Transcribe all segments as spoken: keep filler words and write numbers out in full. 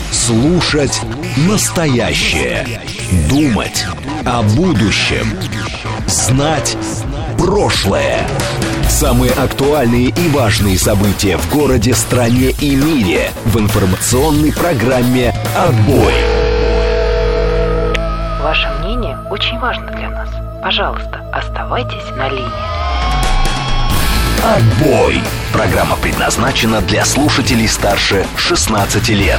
Слушать настоящее. Думать о будущем. Знать прошлое. Самые актуальные и важные события в городе, стране и мире в информационной программе «Отбой». Ваше мнение очень важно для нас. Пожалуйста, оставайтесь на линии. «Отбой». Программа предназначена для слушателей старше шестнадцати лет.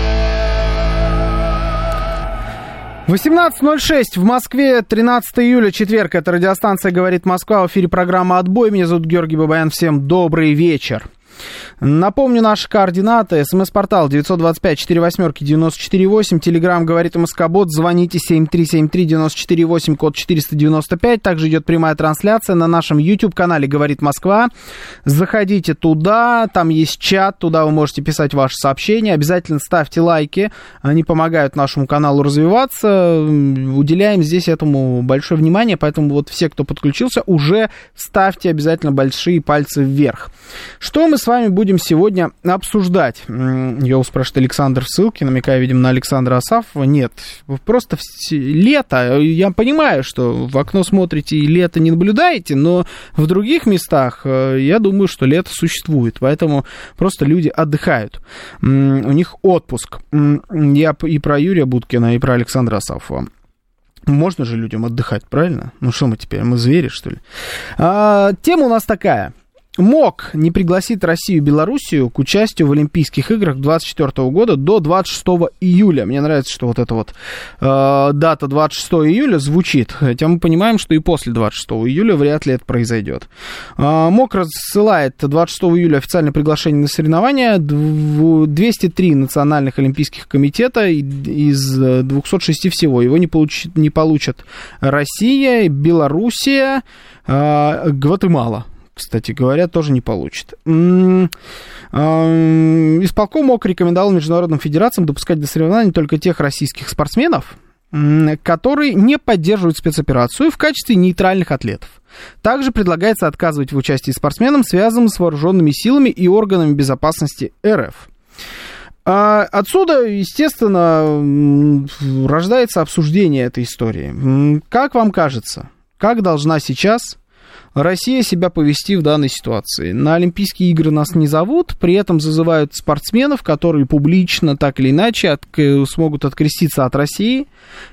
восемнадцать ноль шесть в Москве, тринадцатое июля, четверг. Это радиостанция «Говорит Москва». В эфире программа «Отбой». Меня зовут Георгий Бабаян. Всем добрый вечер. Напомню наши координаты. СМС-портал девять два пять четыре восемь девять четыре восемь. Телеграм «Говорит МСК-бот». Звоните семь три семь три девять четыре восемь, код четыреста девяносто пять. Также идет прямая трансляция на нашем YouTube-канале «Говорит Москва». Заходите туда, там есть чат, туда вы можете писать ваши сообщения. Обязательно ставьте лайки, они помогают нашему каналу развиваться. Уделяем здесь этому большое внимание, поэтому вот все, кто подключился, уже ставьте обязательно большие пальцы вверх. Что мы с вами будем сегодня обсуждать? Его спрашивает Александр в ссылке, намекая, видимо, на Александра Асафова. Нет, просто лето. Я понимаю, что в окно смотрите и лето не наблюдаете, но в других местах, я думаю, что лето существует. Поэтому просто люди отдыхают. У них отпуск. Я и про Юрия Буткина, и про Александра Асафова. Можно же людям отдыхать, правильно? Ну что мы теперь, мы звери, что ли? А, тема у нас такая. МОК не пригласит Россию и Белоруссию к участию в Олимпийских играх двадцать четвёртого года до двадцать шестого июля. Мне нравится, что вот эта вот э, дата двадцать шестого июля звучит. Хотя мы понимаем, что и после двадцать шестого июля вряд ли это произойдет. Э, МОК рассылает двадцать шестого июля официальное приглашение на соревнования. двести три национальных олимпийских комитета из двухсот шести всего. Его не, получ... не получат Россия, Белоруссия, э, Гватемала. Кстати говоря, тоже не получит. Исполком МОК рекомендовал международным федерациям допускать до соревнований только тех российских спортсменов, которые не поддерживают спецоперацию в качестве нейтральных атлетов. Также предлагается отказывать в участии спортсменам, связанным с вооруженными силами и органами безопасности эр эф. Отсюда, естественно, рождается обсуждение этой истории. Как вам кажется, как должна сейчас Россия себя повести в данной ситуации? На Олимпийские игры нас не зовут, при этом зазывают спортсменов, которые публично, так или иначе, от, смогут откреститься от России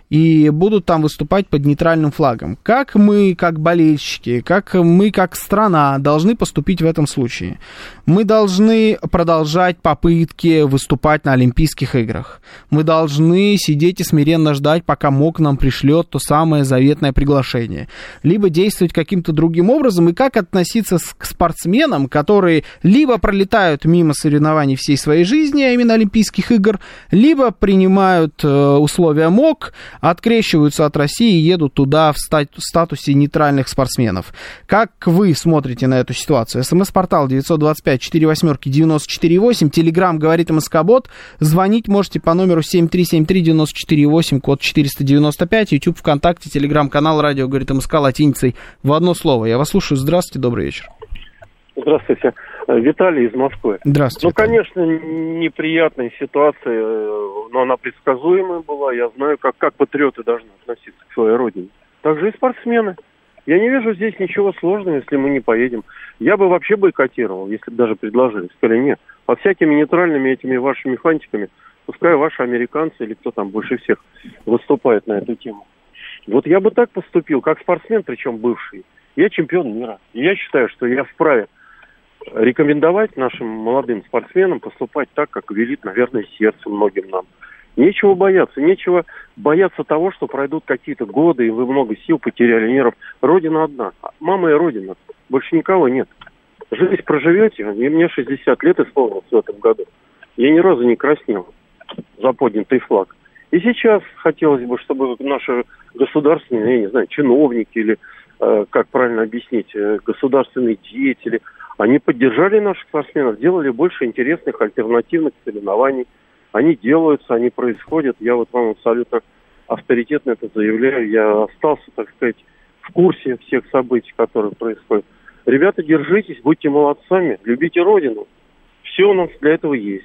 и будут там выступать под нейтральным флагом. Как мы, как болельщики, как мы, как страна, должны поступить в этом случае? Мы должны продолжать попытки выступать на Олимпийских играх. Мы должны сидеть и смиренно ждать, пока МОК нам пришлет то самое заветное приглашение. Либо действовать каким-то другим образом, и как относиться к спортсменам, которые либо пролетают мимо соревнований всей своей жизни, а именно Олимпийских игр, либо принимают условия МОК, открещиваются от России и едут туда в статусе нейтральных спортсменов. Как вы смотрите на эту ситуацию? СМС-портал девять два пять четыре восемь девять четыре восемь. Телеграм «Говорит МСК-бот». Звонить можете по номеру семь три семь три девять четыре восемь, код четыреста девяносто пять. YouTube, ВКонтакте, Телеграм-канал «Радио Говорит МСК» латиницей в одно слово. Я вас слушаю. Здравствуйте, добрый вечер. Здравствуйте. Виталий из Москвы. Здравствуйте. Ну, конечно, неприятная ситуация, но она предсказуемая была. Я знаю, как, как патриоты должны относиться к своей родине. Так же и спортсмены. Я не вижу здесь ничего сложного, если мы не поедем. Я бы вообще бойкотировал, если бы даже предложили. Сказали, нет, по всякими нейтральными этими вашими фантиками, пускай ваши американцы или кто там больше всех выступает на эту тему. Вот я бы так поступил, как спортсмен, причем бывший. Я чемпион мира. И я считаю, что я вправе рекомендовать нашим молодым спортсменам поступать так, как велит, наверное, сердце многим нам. Нечего бояться, нечего бояться того, что пройдут какие-то годы, и вы много сил потеряли, нервов. Родина одна. Мама и Родина. Больше никого нет. Жизнь проживете, и мне шестьдесят лет исполнилось в этом году. Я ни разу не краснел за поднятый флаг. И сейчас хотелось бы, чтобы наши государственные, я не знаю, чиновники или, э, как правильно объяснить, э, государственные деятели, они поддержали наших спортсменов, сделали больше интересных альтернативных соревнований. Они делаются, они происходят. Я вот вам абсолютно авторитетно это заявляю. Я остался, так сказать, в курсе всех событий, которые происходят. Ребята, держитесь, будьте молодцами, любите Родину. Все у нас для этого есть.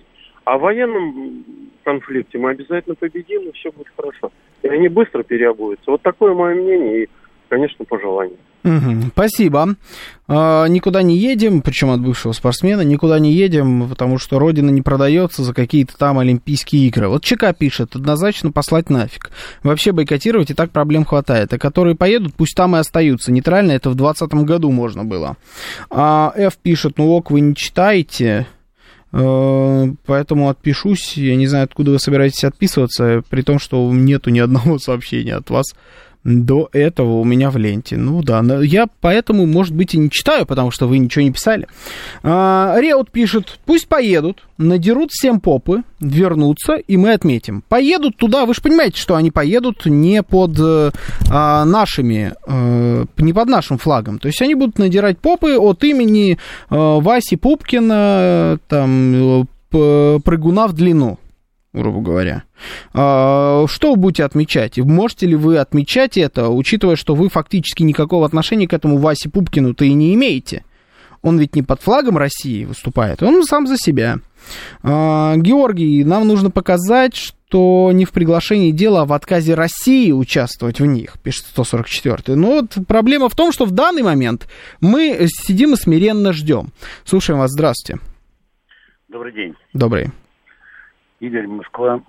А в военном конфликте мы обязательно победим, и все будет хорошо. И они быстро переобуются. Вот такое мое мнение и, конечно, пожелание. Угу, спасибо. А, никуда не едем, причем от бывшего спортсмена, никуда не едем, потому что Родина не продается за какие-то там Олимпийские игры. Вот ЧК пишет, однозначно послать нафиг. Вообще бойкотировать и так проблем хватает. А которые поедут, пусть там и остаются. Нейтрально это в двадцатом году можно было. А Ф пишет, ну ок, вы не читаете, поэтому отпишусь. Я не знаю, откуда вы собираетесь отписываться, при том, что нету ни одного сообщения от вас до этого у меня в ленте. Ну да, я поэтому, может быть, и не читаю, потому что вы ничего не писали. А, Реут пишет, пусть поедут, надерут всем попы, вернутся, и мы отметим. Поедут туда, вы же понимаете, что они поедут не под а, нашими, а, не под нашим флагом. То есть они будут надирать попы от имени а, Васи Пупкина, там, прыгуна в длину, грубо говоря. А, что вы будете отмечать? Можете ли вы отмечать это, учитывая, что вы фактически никакого отношения к этому Васе Пупкину-то и не имеете? Он ведь не под флагом России выступает, он сам за себя. А, Георгий, нам нужно показать, что не в приглашении дело, а в отказе России участвовать в них, пишет сто сорок четвёртый. Но вот проблема в том, что в данный момент мы сидим и смиренно ждем. Слушаем вас, здравствуйте. Добрый день. Добрый. Игорь, Москва.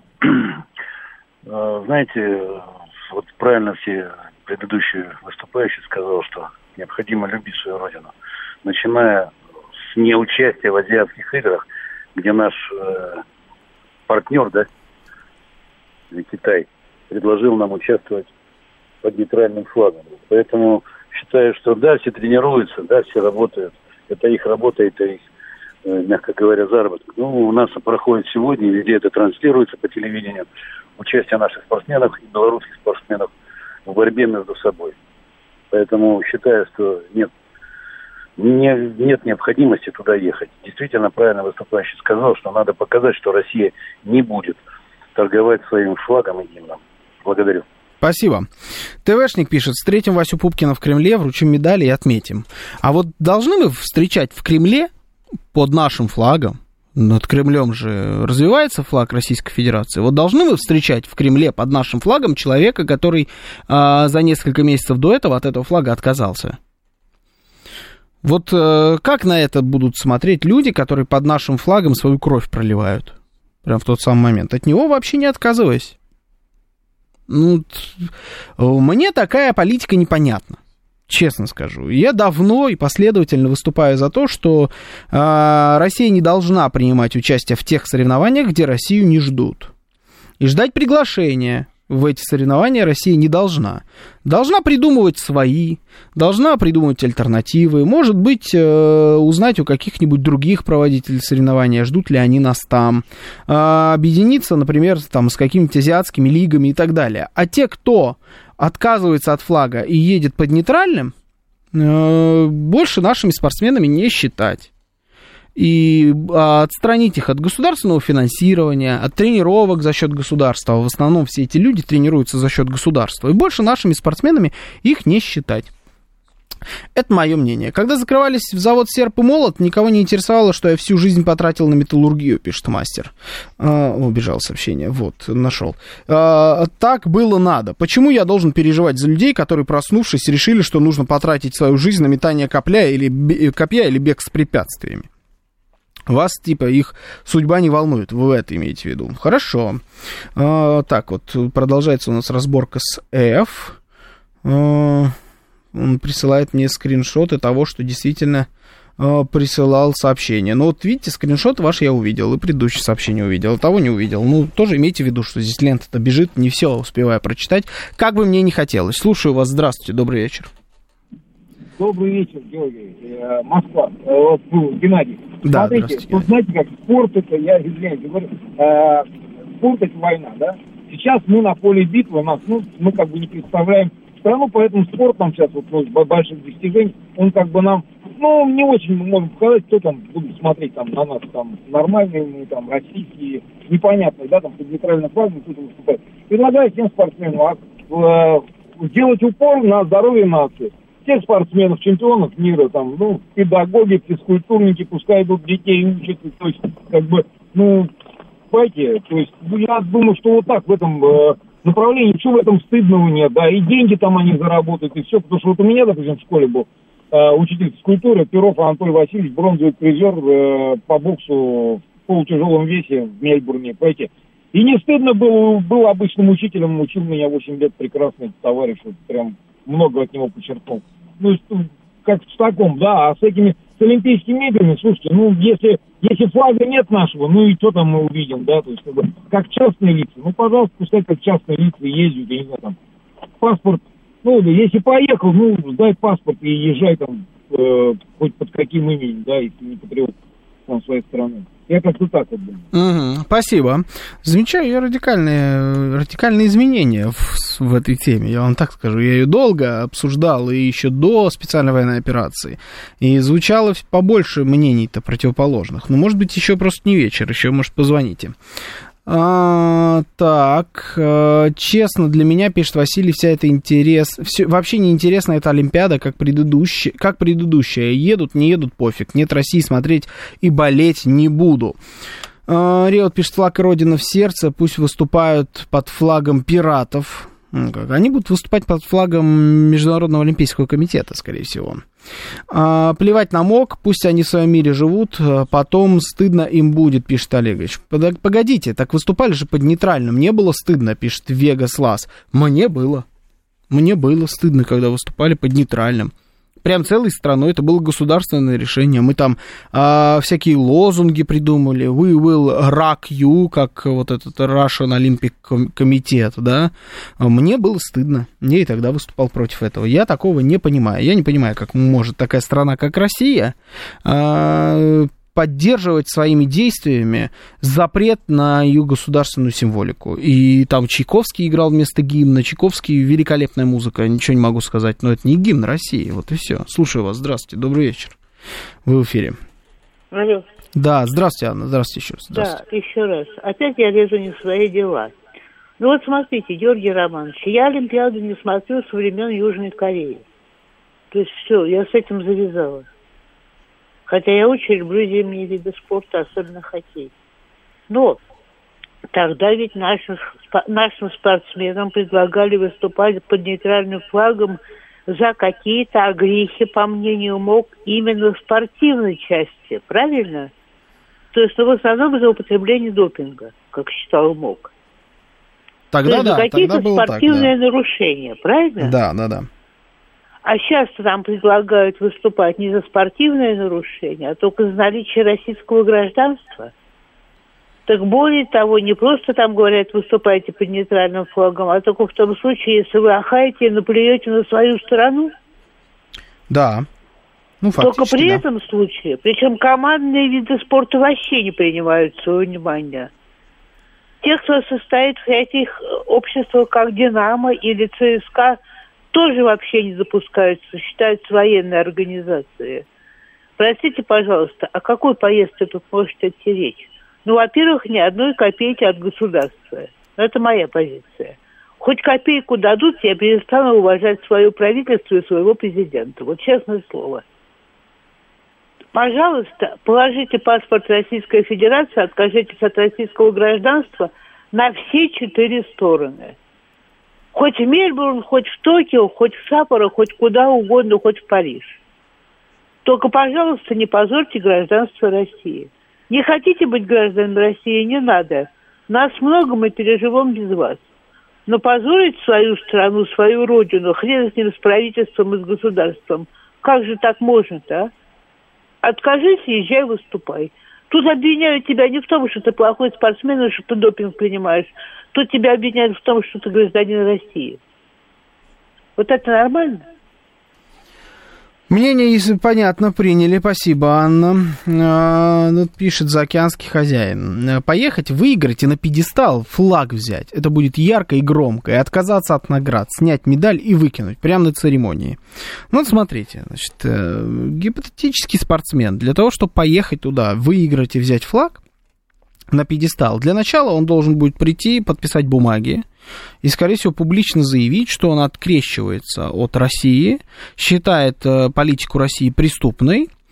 Знаете, вот правильно все предыдущие выступающие сказали, что необходимо любить свою родину. Начиная с неучастия в азиатских играх, где наш э, партнер, да, Китай, предложил нам участвовать под нейтральным флагом. Поэтому считаю, что да, все тренируются, да, все работают. Это их работа, это их, мягко говоря, заработок. Ну, у нас проходит сегодня, везде это транслируется по телевидению, участие наших спортсменов и белорусских спортсменов в борьбе между собой. Поэтому считаю, что нет, не, нет необходимости туда ехать. Действительно, правильно выступающий сказал, что надо показать, что Россия не будет торговать своим флагом и гимном. Благодарю. Спасибо. ТВшник пишет, встретим Васю Пупкина в Кремле, вручим медали и отметим. А вот должны мы встречать в Кремле под нашим флагом, над Кремлем же развивается флаг Российской Федерации, вот должны мы встречать в Кремле под нашим флагом человека, который а, за несколько месяцев до этого от этого флага отказался? Вот а, как на это будут смотреть люди, которые под нашим флагом свою кровь проливают? Прям в тот самый момент. От него вообще не отказываясь. Ну, мне такая политика непонятна. Честно скажу, я давно и последовательно выступаю за то, что э, Россия не должна принимать участие в тех соревнованиях, где Россию не ждут. И ждать приглашения в эти соревнования Россия не должна. Должна придумывать свои, должна придумывать альтернативы, может быть, э, узнать у каких-нибудь других проводителей соревнования, ждут ли они нас там, э, объединиться, например, там, с какими-то азиатскими лигами и так далее. А те, кто отказывается от флага и едет под нейтральным, э, больше нашими спортсменами не считать. И отстранить их от государственного финансирования, от тренировок за счет государства. В основном все эти люди тренируются за счет государства. И больше нашими спортсменами их не считать. Это мое мнение. Когда закрывались в завод «Серп и молот», никого не интересовало, что я всю жизнь потратил на металлургию, пишет мастер. А, убежал сообщение. Вот, нашел. А, так было надо. Почему я должен переживать за людей, которые, проснувшись, решили, что нужно потратить свою жизнь на метание копья или, копья или бег с препятствиями? Вас, типа, их судьба не волнует, вы это имеете в виду. Хорошо. А, так вот, продолжается у нас разборка с F. А, он присылает мне скриншоты того, что действительно а, присылал сообщение. Ну, вот видите, скриншот ваш я увидел, и предыдущее сообщение увидел, того не увидел. Ну, тоже имейте в виду, что здесь лента-то бежит, не все успеваю прочитать, как бы мне не хотелось. Слушаю вас, здравствуйте, добрый вечер. Добрый вечер, Георгий. Э, Москва. Э, вот, ну, Геннадий. Да, смотрите, вот знаете, как спорт это, я извиняюсь, говорю, э, спорт это война, да? Сейчас мы на поле битвы, нас, ну, мы как бы не представляем страну, поэтому спорт нам сейчас, вот, ну, больших достижений, он как бы нам, ну, не очень мы можем показать, кто там будет смотреть там на нас, там, нормальные мы, там, российские, непонятные, да, там, под нейтральным флагом кто-то выступает. Предлагаю всем спортсменам а, э, сделать упор на здоровье нации. Всех спортсменов, чемпионов мира, там, ну, педагоги, физкультурники, пускай идут детей учат, то есть, как бы, ну, Понимаете? То есть, ну, я думаю, что вот так в этом э, направлении, ничего в этом стыдного нет, да, и деньги там они заработают, и все, потому что вот у меня, допустим, в школе был э, учитель физкультуры Перов Анатолий Васильевич, бронзовый призер э, по боксу в полутяжелом весе в Мельбурне, понимаете? И не стыдно было, был обычным учителем, учил меня восемь лет, прекрасный товарищ, вот прям много от него почерпнул. Ну, как в таком, да, а с этими, с олимпийскими играми, слушайте, ну, если, если флага нет нашего, ну, и что там мы увидим, да, то есть, как бы, как частные лица, ну, пожалуйста, пускай как частные лица ездят, я не знаю, там, паспорт, ну, если поехал, ну, дай паспорт и езжай там, э, хоть под каким именем, да, если не патриот там своей страны. Я как-то так вот думаю. Угу, спасибо. Замечаю радикальные, радикальные изменения в, в этой теме. Я вам так скажу, я ее долго обсуждал и еще до специальной военной операции. И звучало побольше мнений-то противоположных. Но, может быть, еще просто не вечер, еще, может, позвоните. А, так, честно, для меня, пишет Василий, вся эта интерес... Все, вообще не интересна эта Олимпиада, как предыдущая, как предыдущая. Едут, не едут, пофиг. Нет России, смотреть и болеть не буду. А, Риот пишет, флаг и Родина в сердце, пусть выступают под флагом пиратов. Ну, как? Они будут выступать под флагом Международного олимпийского комитета, скорее всего. А, плевать на МОК, пусть они в своем мире живут, потом стыдно им будет, пишет Олегович. Погодите, так выступали же под нейтральным, не было стыдно, пишет Вегас Лас. Мне было. Мне было стыдно, когда выступали под нейтральным. Прям целой страной, это было государственное решение. Мы там а, всякие лозунги придумали. We will rock you, как вот этот Russian Olympic Committee, да. Мне было стыдно. Я и тогда выступал против этого. Я такого не понимаю. Я не понимаю, как может такая страна, как Россия, а, поддерживать своими действиями запрет на ее государственную символику. И там Чайковский играл вместо гимна. Чайковский — великолепная музыка, ничего не могу сказать, но это не гимн России. Вот и все. Слушаю вас. Здравствуйте. Добрый вечер. Вы в эфире. Алло. Да, здравствуйте, Анна. Здравствуйте еще раз. Здравствуйте. Да, еще раз. Опять я лезу не в свои дела. Ну вот смотрите, Георгий Романович, я Олимпиаду не смотрю со времен Южной Кореи. То есть все, я с этим завязала. Хотя я очень люблю зимние виды спорта, особенно хоккей. Но тогда ведь нашим, нашим спортсменам предлагали выступать под нейтральным флагом за какие-то огрехи, по мнению МОК, именно в спортивной части, правильно? То есть, ну, в основном за употребление допинга, как считал МОК. Тогда, То есть, да, за какие-то тогда было спортивные так, да. нарушения, правильно? Да, да, да. А сейчас нам предлагают выступать не за спортивное нарушение, а только за наличие российского гражданства. Так более того, не просто там говорят, выступайте под нейтральным флагом, а только в том случае, если вы ахаете и наплюете на свою страну. Да. Ну, только при да. этом случае, причем командные виды спорта вообще не принимают своего внимания. Те, кто состоит в таких обществах, как «Динамо» или ЦСКА, тоже вообще не допускаются, считаются военной организацией. Простите, пожалуйста, о какой поездке тут может идти речь? Ну, во-первых, ни одной копейки от государства. Это моя позиция. Хоть копейку дадут, я перестану уважать свое правительство и своего президента. Вот честное слово. Пожалуйста, положите паспорт Российской Федерации, откажитесь от российского гражданства на все четыре стороны. Хоть в Мельбурн, хоть в Токио, хоть в Саппоро, хоть куда угодно, хоть в Париж. Только, пожалуйста, не позорьте гражданство России. Не хотите быть гражданами России, не надо. Нас много, мы переживем без вас. Но позорить свою страну, свою родину, хрен с ним, с правительством и с государством. Как же так можно-то, а? Откажись, езжай, выступай. Тут обвиняют тебя не в том, что ты плохой спортсмен, и что ты допинг принимаешь. Тут тебя обвиняют в том, что ты гражданин России. Вот это нормально? Мнение, если понятно, приняли. Спасибо, Анна. А, ну, пишет заокеанский хозяин. Поехать, выиграть и на пьедестал флаг взять. Это будет ярко и громко. И отказаться от наград, снять медаль и выкинуть прямо на церемонии. Ну, вот смотрите, значит, гипотетический спортсмен для того, чтобы поехать туда, выиграть и взять флаг на пьедестал, для начала он должен будет прийти, подписать бумаги и, скорее всего, публично заявить, что он открещивается от России, считает политику России преступной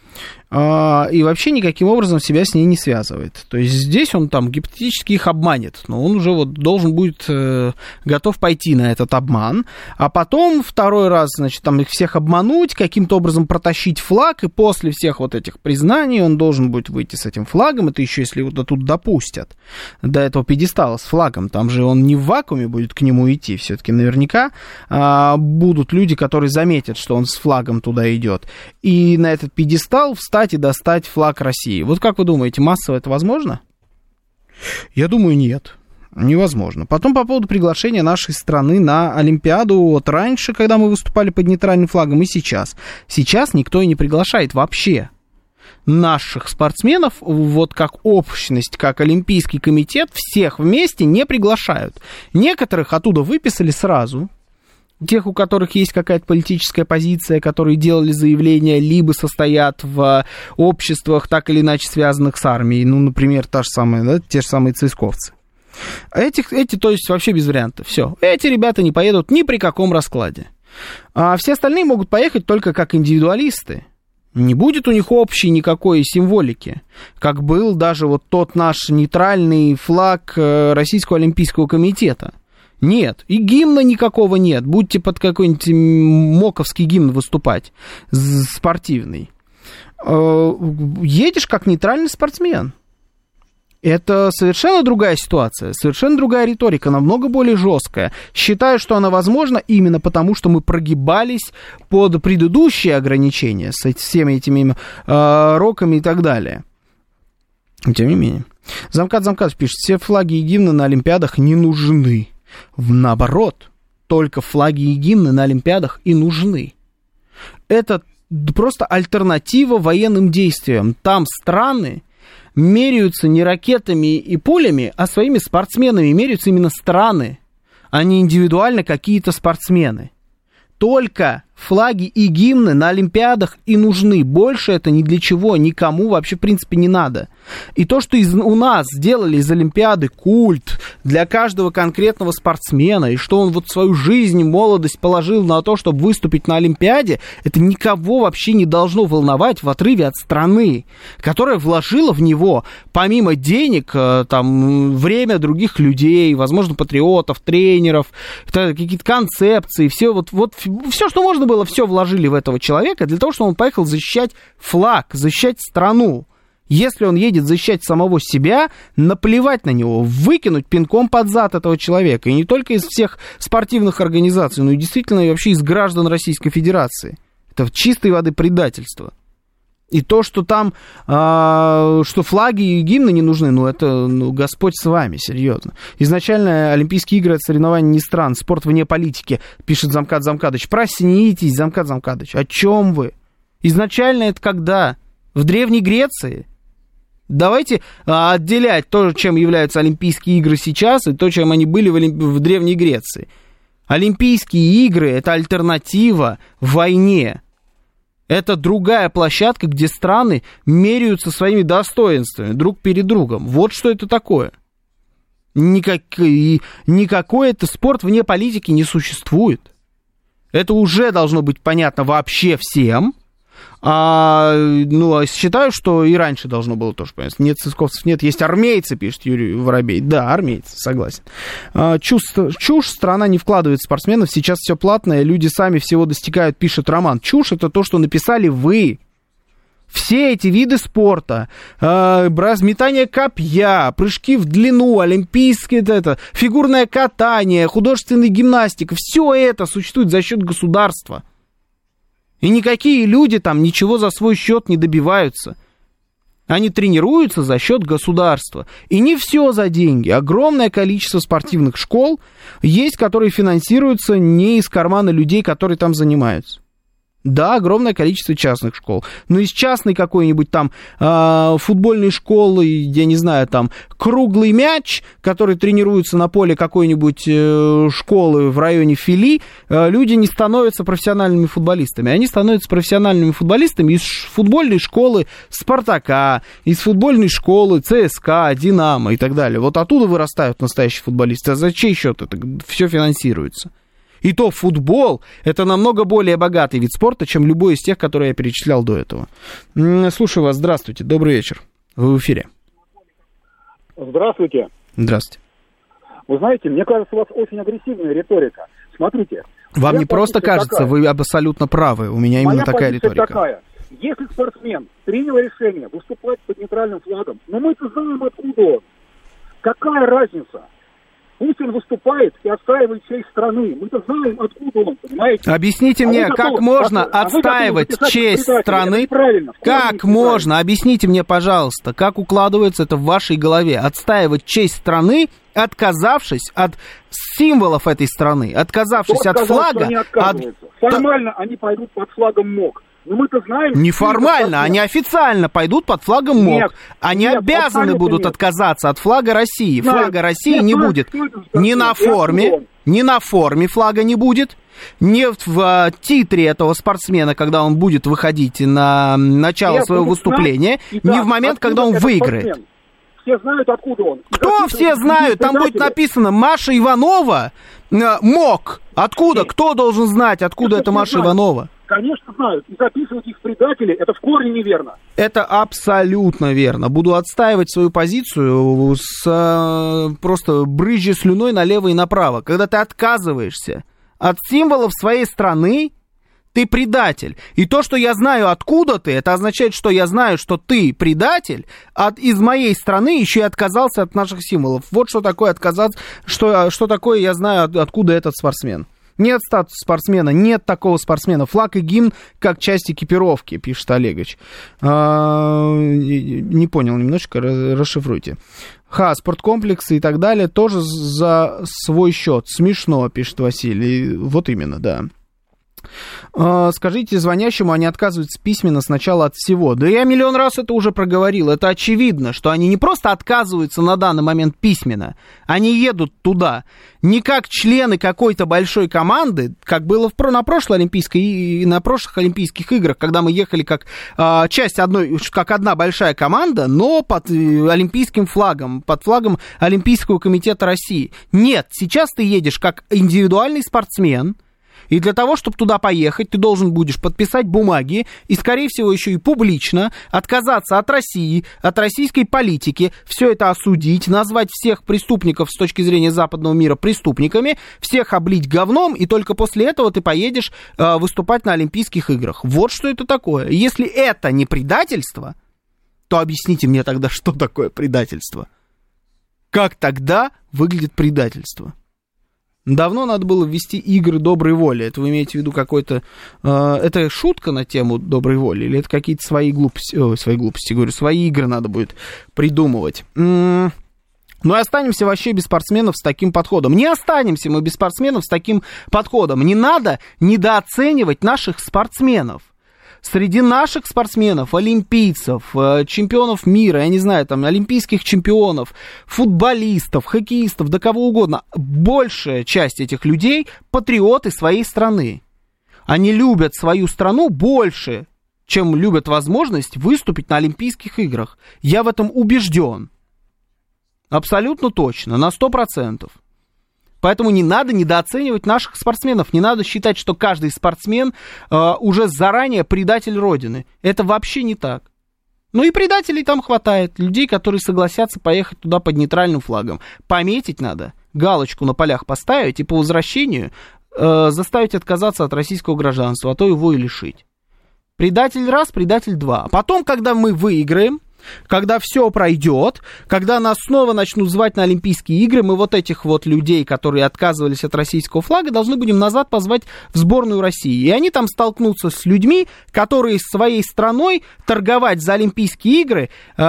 и вообще никаким образом себя с ней не связывает. То есть здесь он там гипотетически их обманет, но он уже вот должен будет э, готов пойти на этот обман, а потом второй раз, значит, там их всех обмануть, каким-то образом протащить флаг, и после всех вот этих признаний он должен будет выйти с этим флагом, это еще если вот тут допустят до этого пьедестала с флагом, там же он не в вакууме будет к нему идти, все-таки наверняка э, будут люди, которые заметят, что он с флагом туда идет, и на этот пьедестал встать и достать флаг России. Вот как вы думаете, массово это возможно? Я думаю, нет. Невозможно. Потом по поводу приглашения нашей страны на Олимпиаду. Вот раньше, когда мы выступали под нейтральным флагом, и сейчас. Сейчас никто и не приглашает вообще наших спортсменов, вот как общность, как Олимпийский комитет, всех вместе не приглашают. Некоторых оттуда выписали сразу. Тех, у которых есть какая-то политическая позиция, которые делали заявления, либо состоят в обществах, так или иначе связанных с армией. Ну, например, та же самая, да, те же самые цисковцы. Этих, эти, то есть, вообще без вариантов. Все. Эти ребята не поедут ни при каком раскладе. А все остальные могут поехать только как индивидуалисты. Не будет у них общей никакой символики, как был даже вот тот наш нейтральный флаг Российского Олимпийского комитета. Нет, и гимна никакого нет. Будьте под какой-нибудь моковский гимн выступать, спортивный. Едешь как нейтральный спортсмен. Это совершенно другая ситуация, совершенно другая риторика, намного более жесткая. Считаю, что она возможна именно потому, что мы прогибались под предыдущие ограничения с всеми этими э, роками и так далее. Тем не менее. Замкат Замкат пишет, все флаги и гимны на Олимпиадах не нужны. Наоборот, только флаги и гимны на Олимпиадах и нужны. Это просто альтернатива военным действиям. Там страны меряются не ракетами и пулями, а своими спортсменами. Меряются именно страны, а не индивидуально какие-то спортсмены. Только флаги и гимны на Олимпиадах и нужны. Больше это ни для чего, никому вообще, в принципе, не надо. И то, что из, у нас сделали из Олимпиады культ для каждого конкретного спортсмена, и что он вот свою жизнь, молодость положил на то, чтобы выступить на Олимпиаде, это никого вообще не должно волновать в отрыве от страны, которая вложила в него, помимо денег, там, время других людей, возможно, патриотов, тренеров, какие-то концепции, все, вот, вот, все, что можно было, все вложили в этого человека для того, чтобы он поехал защищать флаг, защищать страну. Если он едет защищать самого себя, наплевать на него, выкинуть пинком под зад этого человека. И не только из всех спортивных организаций, но и действительно и вообще из граждан Российской Федерации. Это чистой воды предательство. И то, что там, э, что флаги и гимны не нужны, ну это, ну, Господь с вами, серьезно. Изначально Олимпийские игры — это соревнования не стран, спорт вне политики, пишет Замкат Замкадыч. Проснитесь, Замкат Замкадыч, о чем вы? Изначально это когда? В Древней Греции? Давайте а, отделять то, чем являются Олимпийские игры сейчас, и то, чем они были в, Олимп... в Древней Греции. Олимпийские игры — это альтернатива войне. Это другая площадка, где страны меряются своими достоинствами друг перед другом. Вот что это такое. Никак... Никакой это спорт вне политики не существует. Это уже должно быть понятно вообще всем. А, ну, считаю, что и раньше должно было тоже понятно. Нет цисковцев, нет, есть армейцы, пишет Юрий Воробей. Да, армейцы, согласен. А, чушь, чушь, страна не вкладывает спортсменов, сейчас все платное, люди сами всего достигают, пишет Роман. Чушь — это то, что написали вы. Все эти виды спорта, э, разметание копья, прыжки в длину, олимпийское, это, фигурное катание, художественная гимнастика, все это существует за счет государства. И никакие люди там ничего за свой счет не добиваются. Они тренируются за счет государства. И не все за деньги. Огромное количество спортивных школ есть, которые финансируются не из кармана людей, которые там занимаются. Да, огромное количество частных школ. Но из частной какой-нибудь там э, футбольной школы, я не знаю, там круглый мяч, который тренируется на поле какой-нибудь э, школы в районе Фили, э, люди не становятся профессиональными футболистами. Они становятся профессиональными футболистами из футбольной школы Спартака, из футбольной школы ЦСКА, Динамо и так далее. Вот оттуда вырастают настоящие футболисты. А за чей счет это все финансируется? И то футбол – это намного более богатый вид спорта, чем любой из тех, которые я перечислял до этого. Слушаю вас. Здравствуйте. Добрый вечер. Вы в эфире. Здравствуйте. Здравствуйте. Вы знаете, мне кажется, у вас очень агрессивная риторика. Смотрите. Вам не просто кажется, такая. Вы абсолютно правы. У меня именно Моя такая риторика. Такая. Если спортсмен принял решение выступать под нейтральным флагом, но мы-то знаем, откуда он. Какая разница? Пусть он выступает и отстаивает честь страны. Мы-то знаем, откуда он, понимаете? Объясните а мне, как готовы, можно а отстаивать честь страны? Как можно? Объясните мне, пожалуйста, как укладывается это в вашей голове? Отстаивать честь страны, отказавшись от символов этой страны, отказавшись Кто от сказал, флага... Они от... Формально они пойдут под флагом МОК. Но мы-то знаем... Не формально, они официально пойдут под флагом МОК. Нет, они нет, обязаны будут нет. отказаться от флага России. Знаю. Флага России нет, не знаю, будет ни на форме, ни на форме флага не будет, ни в а, титре этого спортсмена, когда он будет выходить на начало нет, своего выступления, знать, ни да, в момент, когда он выиграет. Спортсмен. Все знают, откуда он. Кто все знают? Там будет написано Маша Иванова МОК. Откуда? Нет. Кто должен знать, откуда это, это Маша знают. Иванова? Конечно, знают. И записывать их в предатели, это в корне неверно. Это абсолютно верно. Буду отстаивать свою позицию с просто брызжей слюной налево и направо. Когда ты отказываешься от символов своей страны, ты предатель. И то, что я знаю, откуда ты, это означает, что я знаю, что ты предатель, а из моей страны еще и отказался от наших символов. Вот что такое отказаться, что, что такое я знаю, откуда этот спортсмен. Нет статуса спортсмена, нет такого спортсмена. Флаг и гимн как часть экипировки, пишет Олегович. А, не понял немножечко, расшифруйте. Ха, спорткомплексы и так далее тоже за свой счет. Смешно, пишет Василий. Вот именно, да. Скажите звонящему, они отказываются письменно сначала от всего. Да я миллион раз это уже проговорил. Это очевидно, что они не просто отказываются на данный момент письменно, они едут туда не как члены какой-то большой команды, как было в, на прошлой Олимпийской и на прошлых Олимпийских играх, когда мы ехали как э, часть одной, как одна большая команда, но под э, олимпийским флагом, под флагом Олимпийского комитета России. Нет, сейчас ты едешь как индивидуальный спортсмен. И для того, чтобы туда поехать, ты должен будешь подписать бумаги и, скорее всего, еще и публично отказаться от России, от российской политики, все это осудить, назвать всех преступников с точки зрения западного мира преступниками, всех облить говном, и только после этого ты поедешь э, выступать на Олимпийских играх. Вот что это такое. Если это не предательство, то объясните мне тогда, что такое предательство. Как тогда выглядит предательство? Давно надо было ввести игры доброй воли. Это вы имеете в виду какой-то... Э, это шутка на тему доброй воли? Или это какие-то свои глупости... Ой, свои глупости, говорю, свои игры надо будет придумывать? М-м- ну и останемся вообще без спортсменов с таким подходом. Не останемся мы без спортсменов с таким подходом. Не надо недооценивать наших спортсменов. Среди наших спортсменов, олимпийцев, чемпионов мира, я не знаю, там, олимпийских чемпионов, футболистов, хоккеистов, да кого угодно, большая часть этих людей – патриоты своей страны. Они любят свою страну больше, чем любят возможность выступить на Олимпийских играх. Я в этом убежден. Абсолютно точно, на сто процентов. Поэтому не надо недооценивать наших спортсменов. Не надо считать, что каждый спортсмен э, уже заранее предатель Родины. Это вообще не так. Ну и предателей там хватает. Людей, которые согласятся поехать туда под нейтральным флагом. Пометить надо, галочку на полях поставить и по возвращению э, заставить отказаться от российского гражданства, а то его и лишить. Предатель раз, предатель два. А потом, когда мы выиграем, когда все пройдет, когда нас снова начнут звать на Олимпийские игры, мы вот этих вот людей, которые отказывались от российского флага, должны будем назад позвать в сборную России. И они там столкнутся с людьми, которые своей страной торговать за Олимпийские игры э,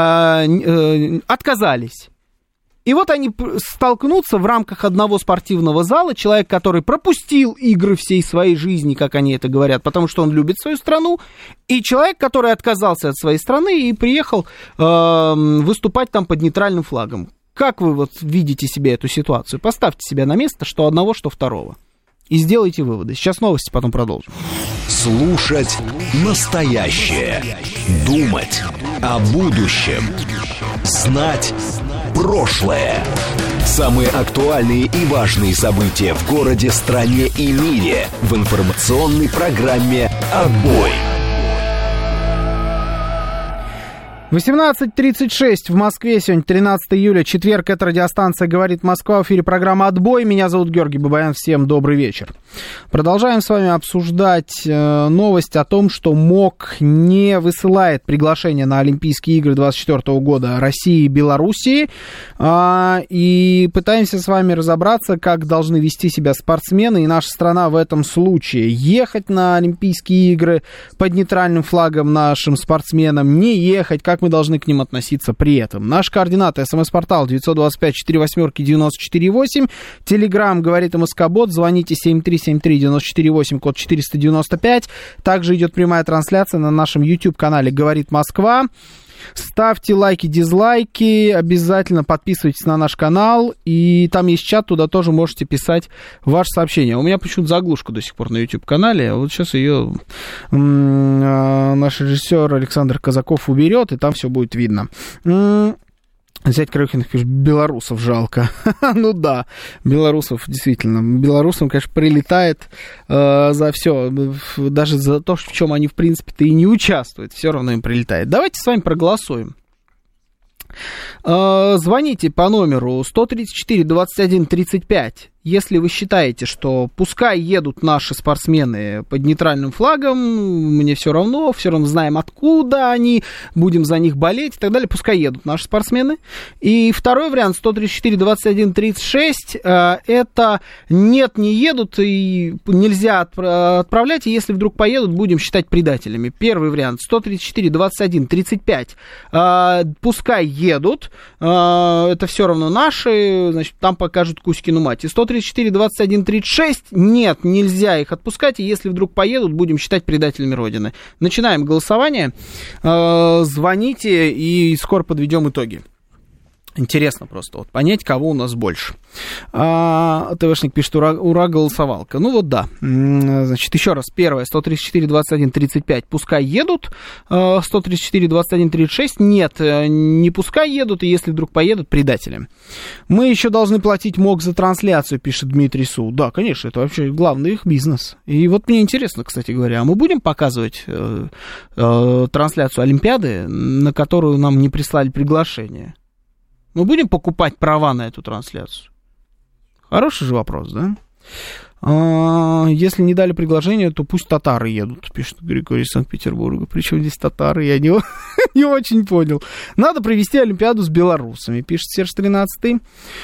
э, отказались. И вот они столкнутся в рамках одного спортивного зала, человек, который пропустил игры всей своей жизни, как они это говорят, потому что он любит свою страну, и человек, который отказался от своей страны и приехал э, выступать там под нейтральным флагом. Как вы вот видите себе эту ситуацию? Поставьте себя на место, что одного, что второго. И сделайте выводы. Сейчас новости, потом продолжим. Слушать настоящее. Думать о будущем. Знать прошлое. Самые актуальные и важные события в городе, стране и мире в информационной программе «Отбой». восемнадцать тридцать шесть в Москве, сегодня тринадцатое июля, четверг, это радиостанция «Говорит Москва», в эфире программа «Отбой», меня зовут Георгий Бабаян, всем добрый вечер. Продолжаем с вами обсуждать э, новость о том, что МОК не высылает приглашение на Олимпийские игры двадцать четвёртого года России и Белоруссии, э, и пытаемся с вами разобраться, как должны вести себя спортсмены и наша страна в этом случае. Ехать на Олимпийские игры под нейтральным флагом нашим спортсменам, не ехать, как мы должны к ним относиться при этом. Наш координат, смс-портал девять два пять четыре восемь девяносто четыре восемь, телеграм говорит МСК-бот, звоните семь три семь три девяносто четыре восемь, код четыреста девяносто пять. Также идет прямая трансляция на нашем YouTube-канале «Говорит Москва». Ставьте лайки, дизлайки, обязательно подписывайтесь на наш канал, и там есть чат, туда тоже можете писать ваши сообщения. У меня почему-то заглушка до сих пор на YouTube-канале, вот сейчас ее наш режиссер Александр Казаков уберет, и там все будет видно. Зять Краюхиных пишет, белорусов жалко. Ну да, белорусов, действительно. Белорусам, конечно, прилетает э, за все. Даже за то, в чем они, в принципе-то, и не участвуют. Все равно им прилетает. Давайте с вами проголосуем. Э, звоните по номеру сто тридцать четыре двадцать один тридцать пять. Если вы считаете, что пускай едут наши спортсмены под нейтральным флагом, мне все равно, все равно знаем, откуда они, будем за них болеть и так далее, пускай едут наши спортсмены. И второй вариант, сто тридцать четыре двадцать один тридцать шесть, это нет, не едут и нельзя отправлять, и если вдруг поедут, будем считать предателями. Первый вариант, сто тридцать четыре двадцать один тридцать пять, пускай едут, это все равно наши, значит, там покажут Кузькину мать. И сто тридцать четыре двадцать один тридцать шесть, нет, нельзя их отпускать, и если вдруг поедут, будем считать предателями Родины. Начинаем голосование, звоните, и скоро подведем итоги. Интересно просто вот понять, кого у нас больше. А, ТВшник пишет, ура, ура, голосовалка. Ну вот да. Значит, еще раз. Первое, сто тридцать четыре двадцать один тридцать пять, пускай едут. сто тридцать четыре двадцать один тридцать шесть, нет, не пускай едут, и если вдруг поедут, предатели. Мы еще должны платить МОК за трансляцию, пишет Дмитрий Су. Да, конечно, это вообще главный их бизнес. И вот мне интересно, кстати говоря, а мы будем показывать э, э, трансляцию Олимпиады, на которую нам не прислали приглашение? Мы будем покупать права на эту трансляцию? Хороший же вопрос, да? А, если не дали приглашение, то пусть татары едут, пишет Григорий из Санкт-Петербурга. Причем здесь татары, я не, не очень понял. Надо провести Олимпиаду с белорусами, пишет Серж тринадцатый.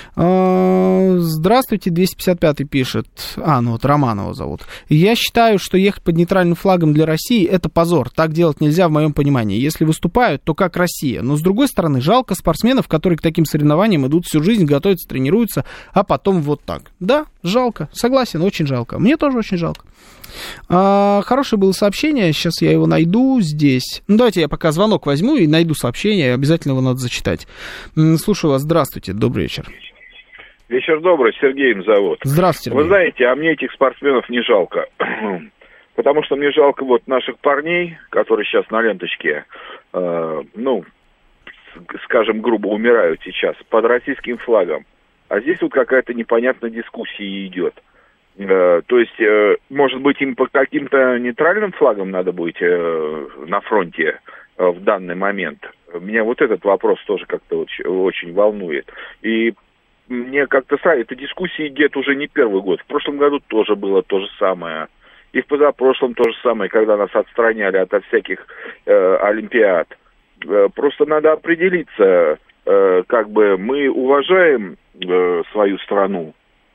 А, здравствуйте, двести пятьдесят пятый пишет. А, ну вот Романова зовут. Я считаю, что ехать под нейтральным флагом для России — это позор. Так делать нельзя в моем понимании. Если выступают, то как Россия. Но с другой стороны, жалко спортсменов, которые к таким соревнованиям идут всю жизнь, готовятся, тренируются, а потом вот так. Да, жалко, согласен. Очень жалко. Мне тоже очень жалко. А, хорошее было сообщение. Сейчас я его найду здесь. Ну, давайте я пока звонок возьму и найду сообщение. Обязательно его надо зачитать. Слушаю вас. Здравствуйте. Добрый вечер. Вечер добрый. Сергеем зовут. Здравствуйте, Сергей. Вы знаете, а мне этих спортсменов не жалко. Потому что мне жалко вот наших парней, которые сейчас на ленточке, э, ну, скажем, грубо умирают сейчас под российским флагом. А здесь вот какая-то непонятная дискуссия идет. Э, то есть, э, может быть, им по каким-то нейтральным флагам надо быть э, на фронте э, в данный момент. Меня вот этот вопрос тоже как-то очень, очень волнует. И мне как-то сразу, эта дискуссия идет уже не первый год. В прошлом году тоже было то же самое. И в позапрошлом то же самое, когда нас отстраняли от всяких э, олимпиад. Э, просто надо определиться, э, как бы мы уважаем э, свою страну,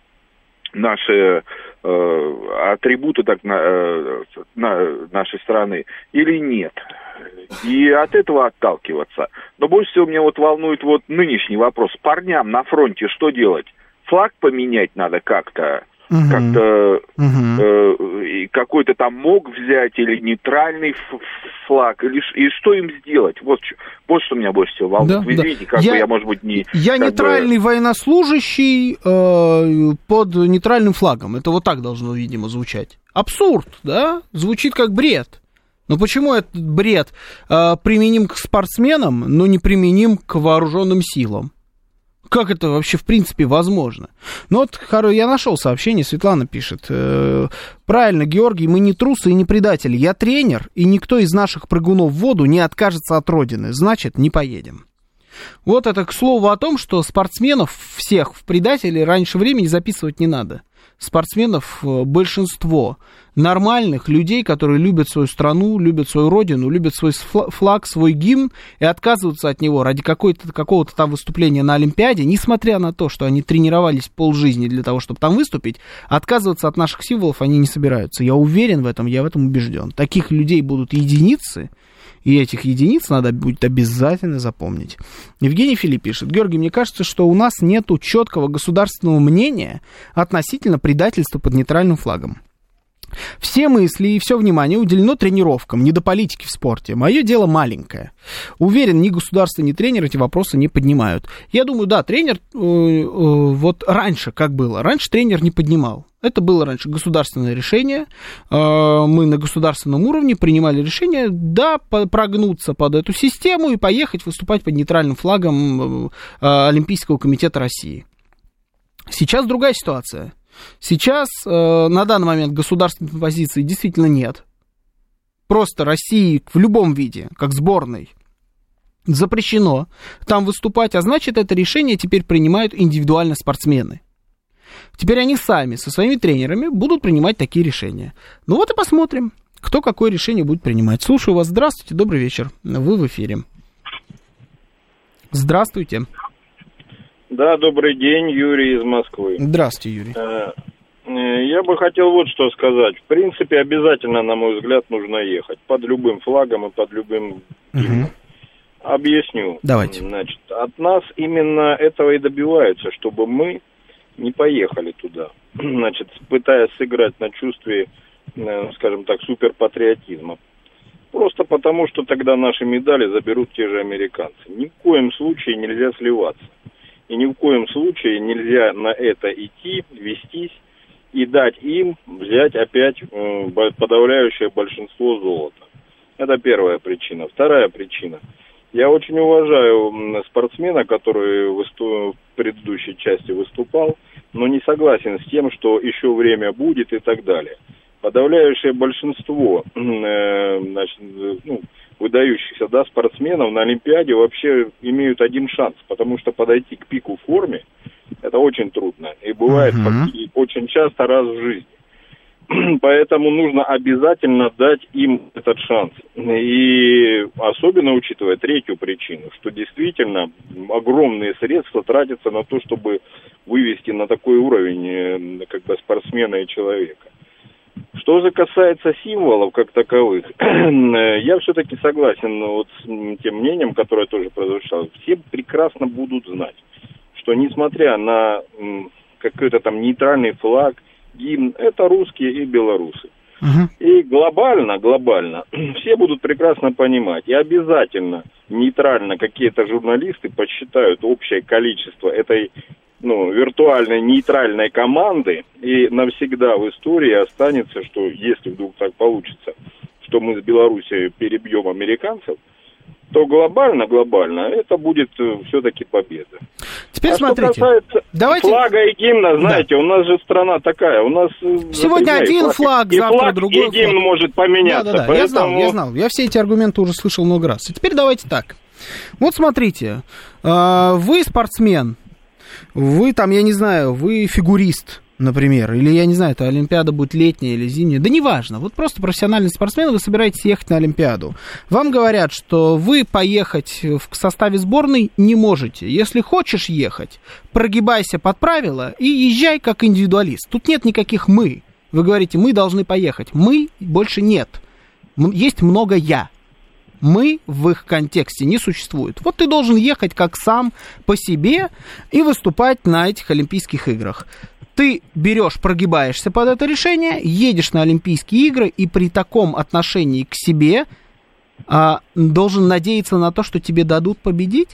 наши э, атрибуты так, на, э, на нашей страны или нет. И от этого отталкиваться. Но больше всего меня вот волнует вот нынешний вопрос. Парням на фронте что делать? Флаг поменять надо как-то? Uh-huh. Как-то uh-huh. э, какой-то там МОК взять или нейтральный ф- флаг, или, и что им сделать? Вот, вот что меня больше всего волнует. Да, Вы да. видите, как я, бы я, может быть, не... Я нейтральный бы... военнослужащий э, под нейтральным флагом. Это вот так должно, видимо, звучать. Абсурд, да? Звучит как бред. Но почему этот бред э, применим к спортсменам, но не применим к вооруженным силам? Как это вообще в принципе возможно? Ну вот я нашел сообщение, Светлана пишет. Э, правильно, Георгий, мы не трусы и не предатели. Я тренер, и никто из наших прыгунов в воду не откажется от родины. Значит, не поедем. Вот это к слову о том, что спортсменов всех в предатели раньше времени записывать не надо. Спортсменов большинство нормальных людей, которые любят свою страну, любят свою родину, любят свой флаг, свой гимн и отказываются от него ради какой-то, какого-то там выступления на Олимпиаде, несмотря на то, что они тренировались полжизни для того, чтобы там выступить, отказываться от наших символов они не собираются. Я уверен в этом, я в этом убежден. Таких людей будут единицы, и этих единиц надо будет обязательно запомнить. Евгений Филипп пишет. Георгий, мне кажется, что у нас нету четкого государственного мнения относительно предательства под нейтральным флагом. Все мысли и все внимание уделено тренировкам, не до политики в спорте. Мое дело маленькое. Уверен, ни государство, ни тренер эти вопросы не поднимают. Я думаю, да, тренер, э, э, вот раньше как было, раньше тренер не поднимал. Это было раньше государственное решение. Э, мы на государственном уровне принимали решение, да, прогнуться под эту систему и поехать выступать под нейтральным флагом э, Олимпийского комитета России. Сейчас другая ситуация. Сейчас, э, на данный момент, государственной позиции действительно нет. Просто России в любом виде, как сборной, запрещено там выступать, а значит, это решение теперь принимают индивидуально спортсмены. Теперь они сами со своими тренерами будут принимать такие решения. Ну вот и посмотрим, кто какое решение будет принимать. Слушаю вас. Здравствуйте, добрый вечер. Вы в эфире. Здравствуйте. Да, добрый день, Юрий из Москвы. Здравствуйте, Юрий. Я бы хотел вот что сказать. В принципе, обязательно, на мой взгляд, нужно ехать. Под любым флагом и под любым... Угу. Объясню. Давайте. Значит, от нас именно этого и добиваются, чтобы мы не поехали туда. Значит, пытаясь сыграть на чувстве, скажем так, суперпатриотизма. Просто потому, что тогда наши медали заберут те же американцы. Ни в коем случае нельзя сливаться. И ни в коем случае нельзя на это идти, вестись и дать им взять опять э, подавляющее большинство золота. Это первая причина. Вторая причина. Я очень уважаю спортсмена, который выступ... в предыдущей части выступал, но не согласен с тем, что еще время будет и так далее. Подавляющее большинство э, значит, ну, выдающихся да, спортсменов на Олимпиаде вообще имеют один шанс, потому что подойти к пику в форме это очень трудно и бывает uh-huh. очень часто раз в жизни. Поэтому нужно обязательно дать им этот шанс. И особенно учитывая третью причину, что действительно огромные средства тратятся на то, чтобы вывести на такой уровень как бы спортсмена и человека. Что же касается символов как таковых, я все-таки согласен вот с тем мнением, которое тоже прозвучало. Все прекрасно будут знать, что несмотря на какой-то там нейтральный флаг, гимн, это русские и белорусы. Uh-huh. И глобально, глобально все будут прекрасно понимать. И обязательно нейтрально какие-то журналисты подсчитают общее количество этой ну, виртуальной нейтральной команды, и навсегда в истории останется, что если вдруг так получится, что мы с Белоруссией перебьем американцев, то глобально, глобально это будет все-таки победа. Теперь а смотрите, что касается давайте... флага и гимна, знаете, да. у нас же страна такая, у нас... Сегодня один флаг, флаг, завтра флаг, другой и гимн флаг. может поменяться. Да, да, да, поэтому... я знал, я знал, я все эти аргументы уже слышал много раз. И теперь давайте так. Вот смотрите, вы спортсмен, вы там, я не знаю, вы фигурист, например, или, я не знаю, это Олимпиада будет летняя или зимняя, да неважно, вот просто профессиональный спортсмен, вы собираетесь ехать на Олимпиаду. Вам говорят, что вы поехать в составе сборной не можете. Если хочешь ехать, прогибайся под правила и езжай как индивидуалист. Тут нет никаких «мы». Вы говорите, мы должны поехать. Мы больше нет. Есть много «я». Мы в их контексте не существует. Вот ты должен ехать как сам по себе и выступать на этих Олимпийских играх. Ты берешь, прогибаешься под это решение, едешь на Олимпийские игры и при таком отношении к себе а, должен надеяться на то, что тебе дадут победить?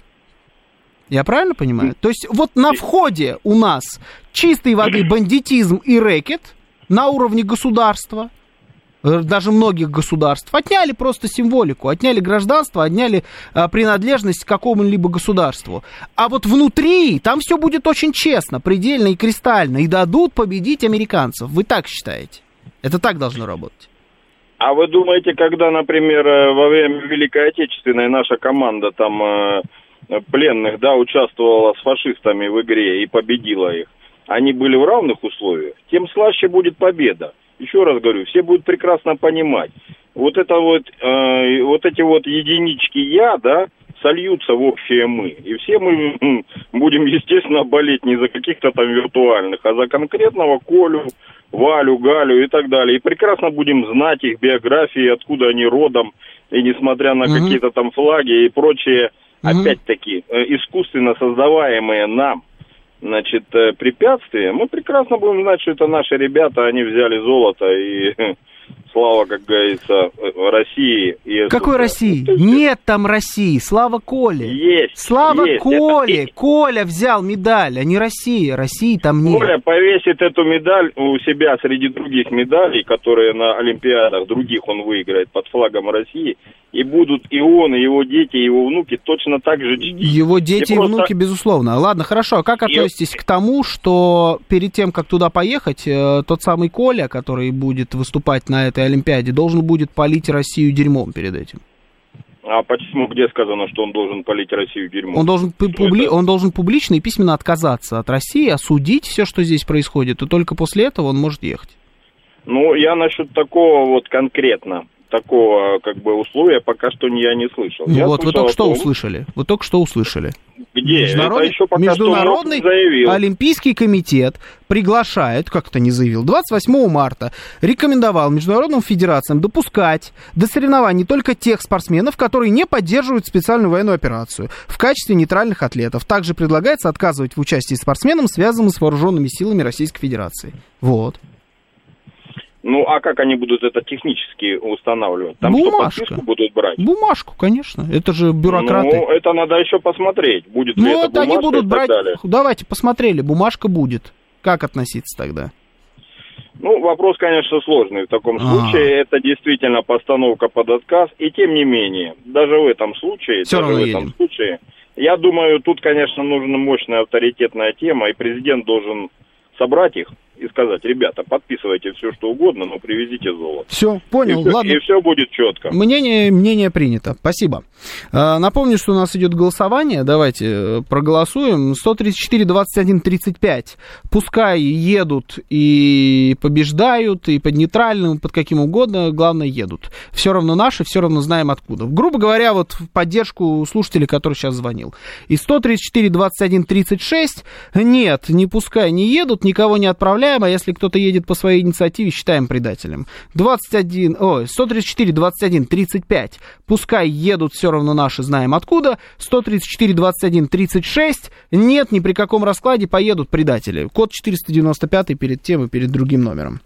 Я правильно понимаю? То есть вот на входе у нас чистой воды бандитизм и рэкет на уровне государства. даже многих государств, отняли просто символику, отняли гражданство, отняли а, принадлежность к какому-либо государству. А вот внутри там все будет очень честно, предельно и кристально, и дадут победить американцев. Вы так считаете? Это так должно работать? А вы думаете, когда, например, во время Великой Отечественной наша команда там э, пленных, да, участвовала с фашистами в игре и победила их, они были в равных условиях, тем слаще будет победа. Еще раз говорю, все будут прекрасно понимать. Вот это вот, э, вот эти вот единички «я», да, сольются в общее «мы». И все мы м, будем, естественно, болеть не за каких-то там виртуальных, а за конкретного Колю, Валю, Галю и так далее. И прекрасно будем знать их биографии, откуда они родом, и несмотря на mm-hmm. какие-то там флаги и прочие, mm-hmm. опять-таки, э, искусственно создаваемые нам, значит, э, препятствия, мы прекрасно будем знать, что это наши ребята, они взяли золото и... Слава, как говорится, России и СССР. Какой России? Ну, есть... Нет там России. Слава Коле. Есть. Слава есть. Коле. Это... Коля взял медаль, а не Россия. России там нет. Коля повесит эту медаль у себя среди других медалей, которые на Олимпиадах других он выиграет под флагом России. И будут и он, и его дети, и его внуки точно так же чтить. Его дети и, и просто... внуки, безусловно. Ладно, хорошо. А как относитесь и... к тому, что перед тем, как туда поехать, тот самый Коля, который будет выступать на этой Олимпиаде, должен будет полить Россию дерьмом перед этим? А почему, где сказано, что он должен полить Россию дерьмом? Он должен, публи... он должен публично и письменно отказаться от России, осудить все, что здесь происходит, и только после этого он может ехать. Ну, я насчет такого вот конкретно, такого как бы условия пока что я не слышал. Ну я вот, слышал вы только что том... услышали. Вы только что услышали. Где? Международный, это еще пока Международный что заявил. Олимпийский комитет приглашает, как это не заявил, двадцать восьмого марта рекомендовал международным федерациям допускать до соревнований только тех спортсменов, которые не поддерживают специальную военную операцию в качестве нейтральных атлетов. Также предлагается отказывать в участии спортсменам, связанным с вооруженными силами Российской Федерации. Вот. Ну, а как они будут это технически устанавливать? Там Бумажка. Что, подписку будут брать? Бумажку, конечно. Это же бюрократы. Ну, это надо еще посмотреть, будет ли ну, это бумажка они будут и так брать... далее. Давайте, посмотрели, бумажка будет. Как относиться тогда? Ну, вопрос, конечно, сложный в таком А-а-а. случае. Это действительно постановка под отказ. И тем не менее, даже в этом случае, Все даже в этом едем. случае, я думаю, тут, конечно, нужна мощная авторитетная тема, и президент должен собрать их и сказать: ребята, подписывайте все, что угодно, но привезите золото. Все, понял, и все, ладно. И все будет четко. Мнение, мнение принято, спасибо. А, напомню, что у нас идет голосование, давайте проголосуем. сто тридцать четыре двадцать один тридцать пять. Пускай едут и побеждают, и под нейтральным, под каким угодно, главное едут. Все равно наши, все равно знаем откуда. Грубо говоря, вот в поддержку слушателя, который сейчас звонил. И сто тридцать четыре двадцать один тридцать шесть. Нет, не пускай не едут, никого не отправляют. А если кто-то едет по своей инициативе, считаем предателем. двадцать один, ой, сто тридцать четыре двадцать один тридцать пять. Пускай едут, все равно наши, знаем откуда. сто тридцать четыре двадцать один тридцать шесть. Нет, ни при каком раскладе поедут предатели. Код четыреста девяносто пять перед тем и перед другим номером.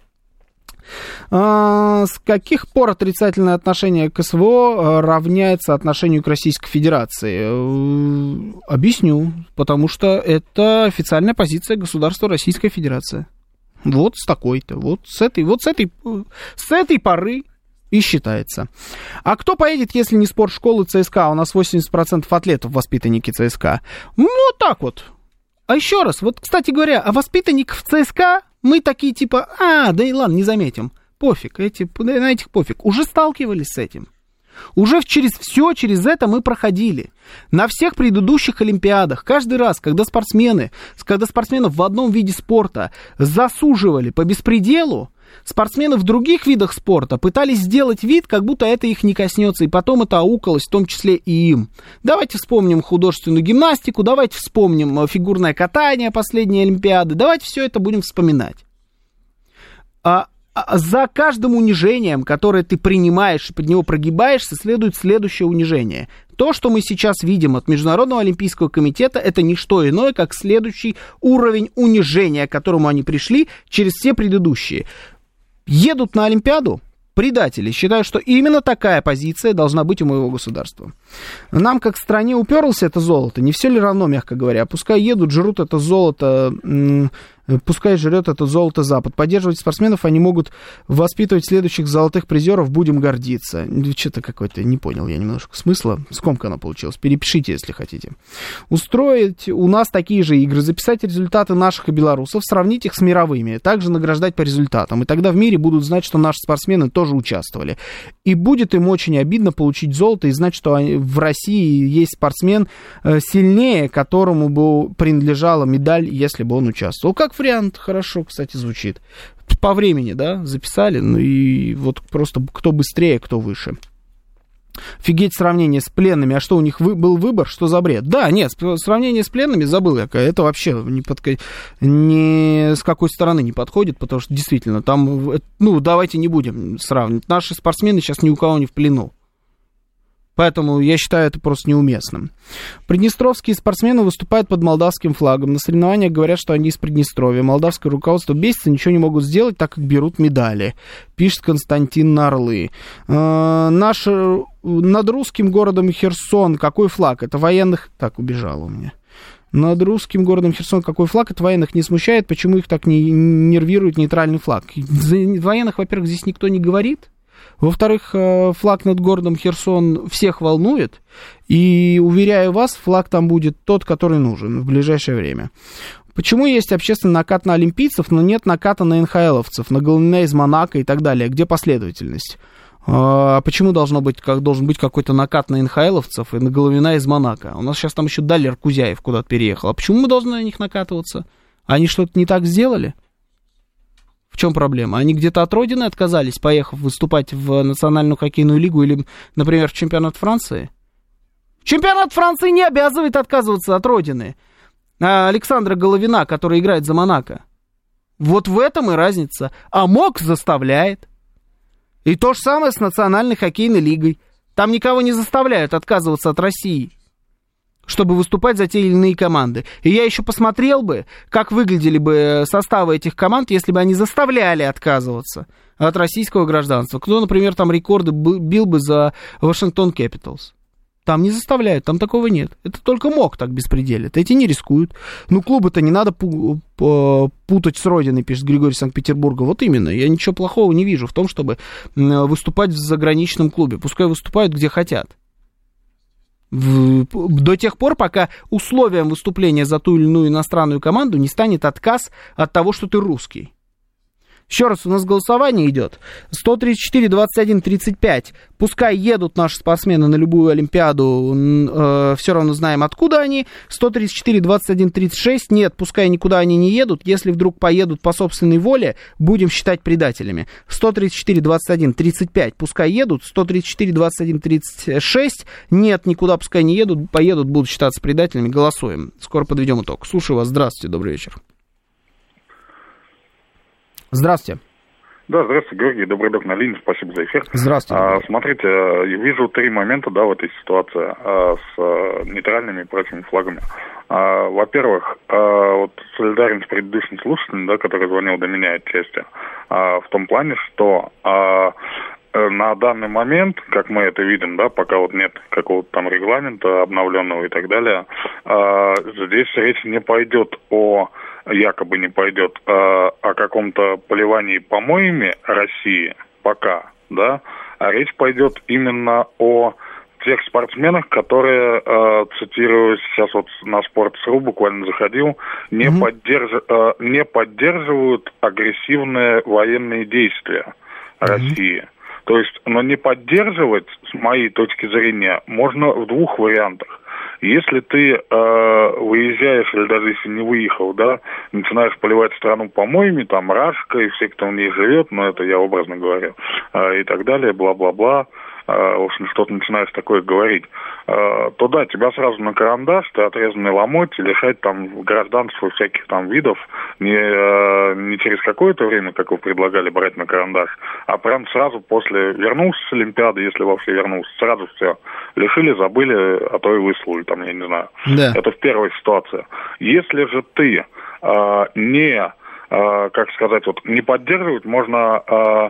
А, с каких пор отрицательное отношение к СВО равняется отношению к Российской Федерации? Объясню. Потому что это официальная позиция государства Российская Федерация. Вот с такой-то, вот с этой, вот с этой, с этой поры и считается. А кто поедет, если не спортшколы ЦСКА? У нас восемьдесят процентов атлетов воспитанники ЦСКА. Ну, вот так вот. А еще раз, вот, кстати говоря, а воспитанников ЦСКА мы такие типа, а, да и ладно, не заметим. Пофиг, эти, на этих пофиг. Уже сталкивались с этим. Уже через все, через это мы проходили. На всех предыдущих Олимпиадах, каждый раз, когда спортсмены, когда спортсменов в одном виде спорта засуживали по беспределу, спортсмены в других видах спорта пытались сделать вид, как будто это их не коснется, и потом это аукалось, в том числе и им. Давайте вспомним художественную гимнастику, давайте вспомним фигурное катание последней Олимпиады, давайте все это будем вспоминать. А за каждым унижением, которое ты принимаешь и под него прогибаешься, следует следующее унижение. То, что мы сейчас видим от Международного Олимпийского комитета, это не что иное, как следующий уровень унижения, к которому они пришли через все предыдущие. Едут на Олимпиаду предатели. Считают, что именно такая позиция должна быть у моего государства. Нам, как стране, уперлось это золото. Не все ли равно, мягко говоря? Пускай едут, жрут это золото, Пускай жрет это золото Запад. Поддерживать спортсменов они могут воспитывать следующих золотых призеров. Будем гордиться. Что-то какое-то, не понял я немножко смысла. Скомканно получилось. Перепишите, если хотите. Устроить у нас такие же игры, записать результаты наших и белорусов, сравнить их с мировыми, также награждать по результатам. И тогда в мире будут знать, что наши спортсмены тоже участвовали. И будет им очень обидно получить золото и знать, что в России есть спортсмен сильнее, которому бы принадлежала медаль, если бы он участвовал. Как вариант, хорошо, кстати, звучит. По времени, да, записали, ну и вот просто кто быстрее, кто выше. Офигеть сравнение с пленными. А что, у них вы, был выбор? Что за бред? Да, нет, сравнение с пленными забыл я. Это вообще не под, ни с какой стороны не подходит, потому что действительно там, ну, давайте не будем сравнивать. Наши спортсмены сейчас ни у кого не в плену. Поэтому я считаю это просто неуместным. Приднестровские спортсмены выступают под молдавским флагом. На соревнованиях говорят, что они из Приднестровья. Молдавское руководство бесится, ничего не могут сделать, так как берут медали. Пишет Константин Нарлы. Э, наш, над русским городом Херсон какой флаг? Это военных... Так, убежал у меня. Над русским городом Херсон какой флаг? Это военных не смущает. Почему их так не нервирует нейтральный флаг? За военных, во-первых, здесь никто не говорит. Во-вторых, флаг над городом Херсон всех волнует, и, уверяю вас, флаг там будет тот, который нужен в ближайшее время. Почему есть общественный накат на олимпийцев, но нет наката на эн ха эловцев, на Головина из Монако и так далее? Где последовательность? А почему должно быть, как, должен быть какой-то накат на эн ха эловцев и на Головина из Монако? У нас сейчас там еще Далер Кузяев куда-то переехал. А почему мы должны на них накатываться? Они что-то не так сделали? В чем проблема? Они где-то от родины отказались, поехав выступать в Национальную хоккейную лигу или, например, в чемпионат Франции? Чемпионат Франции не обязывает отказываться от родины. А Александра Головина, который играет за Монако. Вот в этом и разница. А МОК заставляет. И то же самое с Национальной хоккейной лигой. Там никого не заставляют отказываться от России, чтобы выступать за те или иные команды. И я еще посмотрел бы, как выглядели бы составы этих команд, если бы они заставляли отказываться от российского гражданства. Кто, например, там рекорды бил бы за Вашингтон Кэпиталс. Там не заставляют, там такого нет. Это только МОК так беспределит. Эти не рискуют. Ну, клубы-то не надо путать с родиной, пишет Григорий Санкт-Петербурга. Вот именно. Я ничего плохого не вижу в том, чтобы выступать в заграничном клубе. Пускай выступают где хотят. В, до тех пор, пока условием выступления за ту или иную иностранную команду не станет отказ от того, что ты русский. Еще раз, у нас голосование идет. сто тридцать четыре двадцать один тридцать пять. Пускай едут наши спортсмены на любую Олимпиаду, э, все равно знаем, откуда они. сто тридцать четыре двадцать один тридцать шесть. Нет, пускай никуда они не едут. Если вдруг поедут по собственной воле, будем считать предателями. сто тридцать четыре двадцать один тридцать пять. Пускай едут. сто тридцать четыре двадцать один тридцать шесть. Нет, никуда пускай не едут. Поедут, будут считаться предателями. Голосуем. Скоро подведем итог. Слушаю вас. Здравствуйте. Добрый вечер. Здравствуйте. Да, здравствуйте, Георгий, добрый док на линии, спасибо за эфир. Здравствуйте. А, смотрите, я вижу три момента, да, в этой ситуации а, с а, нейтральными и прочими флагами. А, во-первых, а, вот солидарен с предыдущим слушателем, да, который звонил до меня отчасти, а, в том плане, что а, на данный момент, как мы это видим, да, пока вот нет какого-то там регламента обновленного и так далее, а, здесь речь не пойдет о якобы не пойдет э, о каком-то поливании помоями России пока, да, а речь пойдет именно о тех спортсменах, которые, э, цитирую сейчас вот на Спорт.ру буквально заходил, не, mm-hmm. поддерж, э, не поддерживают агрессивные военные действия mm-hmm. России. То есть, но не поддерживать, с моей точки зрения, можно в двух вариантах. Если ты э, выезжаешь, или даже если не выехал, да, начинаешь поливать страну помоями, там, Рашка и все, кто в ней живет, ну, это я образно говорю, э, и так далее, бла-бла-бла, э, в общем, что-то начинаешь такое говорить, э, то да, тебя сразу на карандаш, ты отрезанный ломоть, лишать там гражданства всяких там видов, не, э, не через какое-то время, как вы предлагали, брать на карандаш, а прям сразу после, вернулся с Олимпиады, если вообще вернулся, сразу все, лишили, забыли, а то и выслали, там, я не знаю. Да. Это в первой ситуации. Если же ты э, не э, как сказать, вот не поддерживать можно э,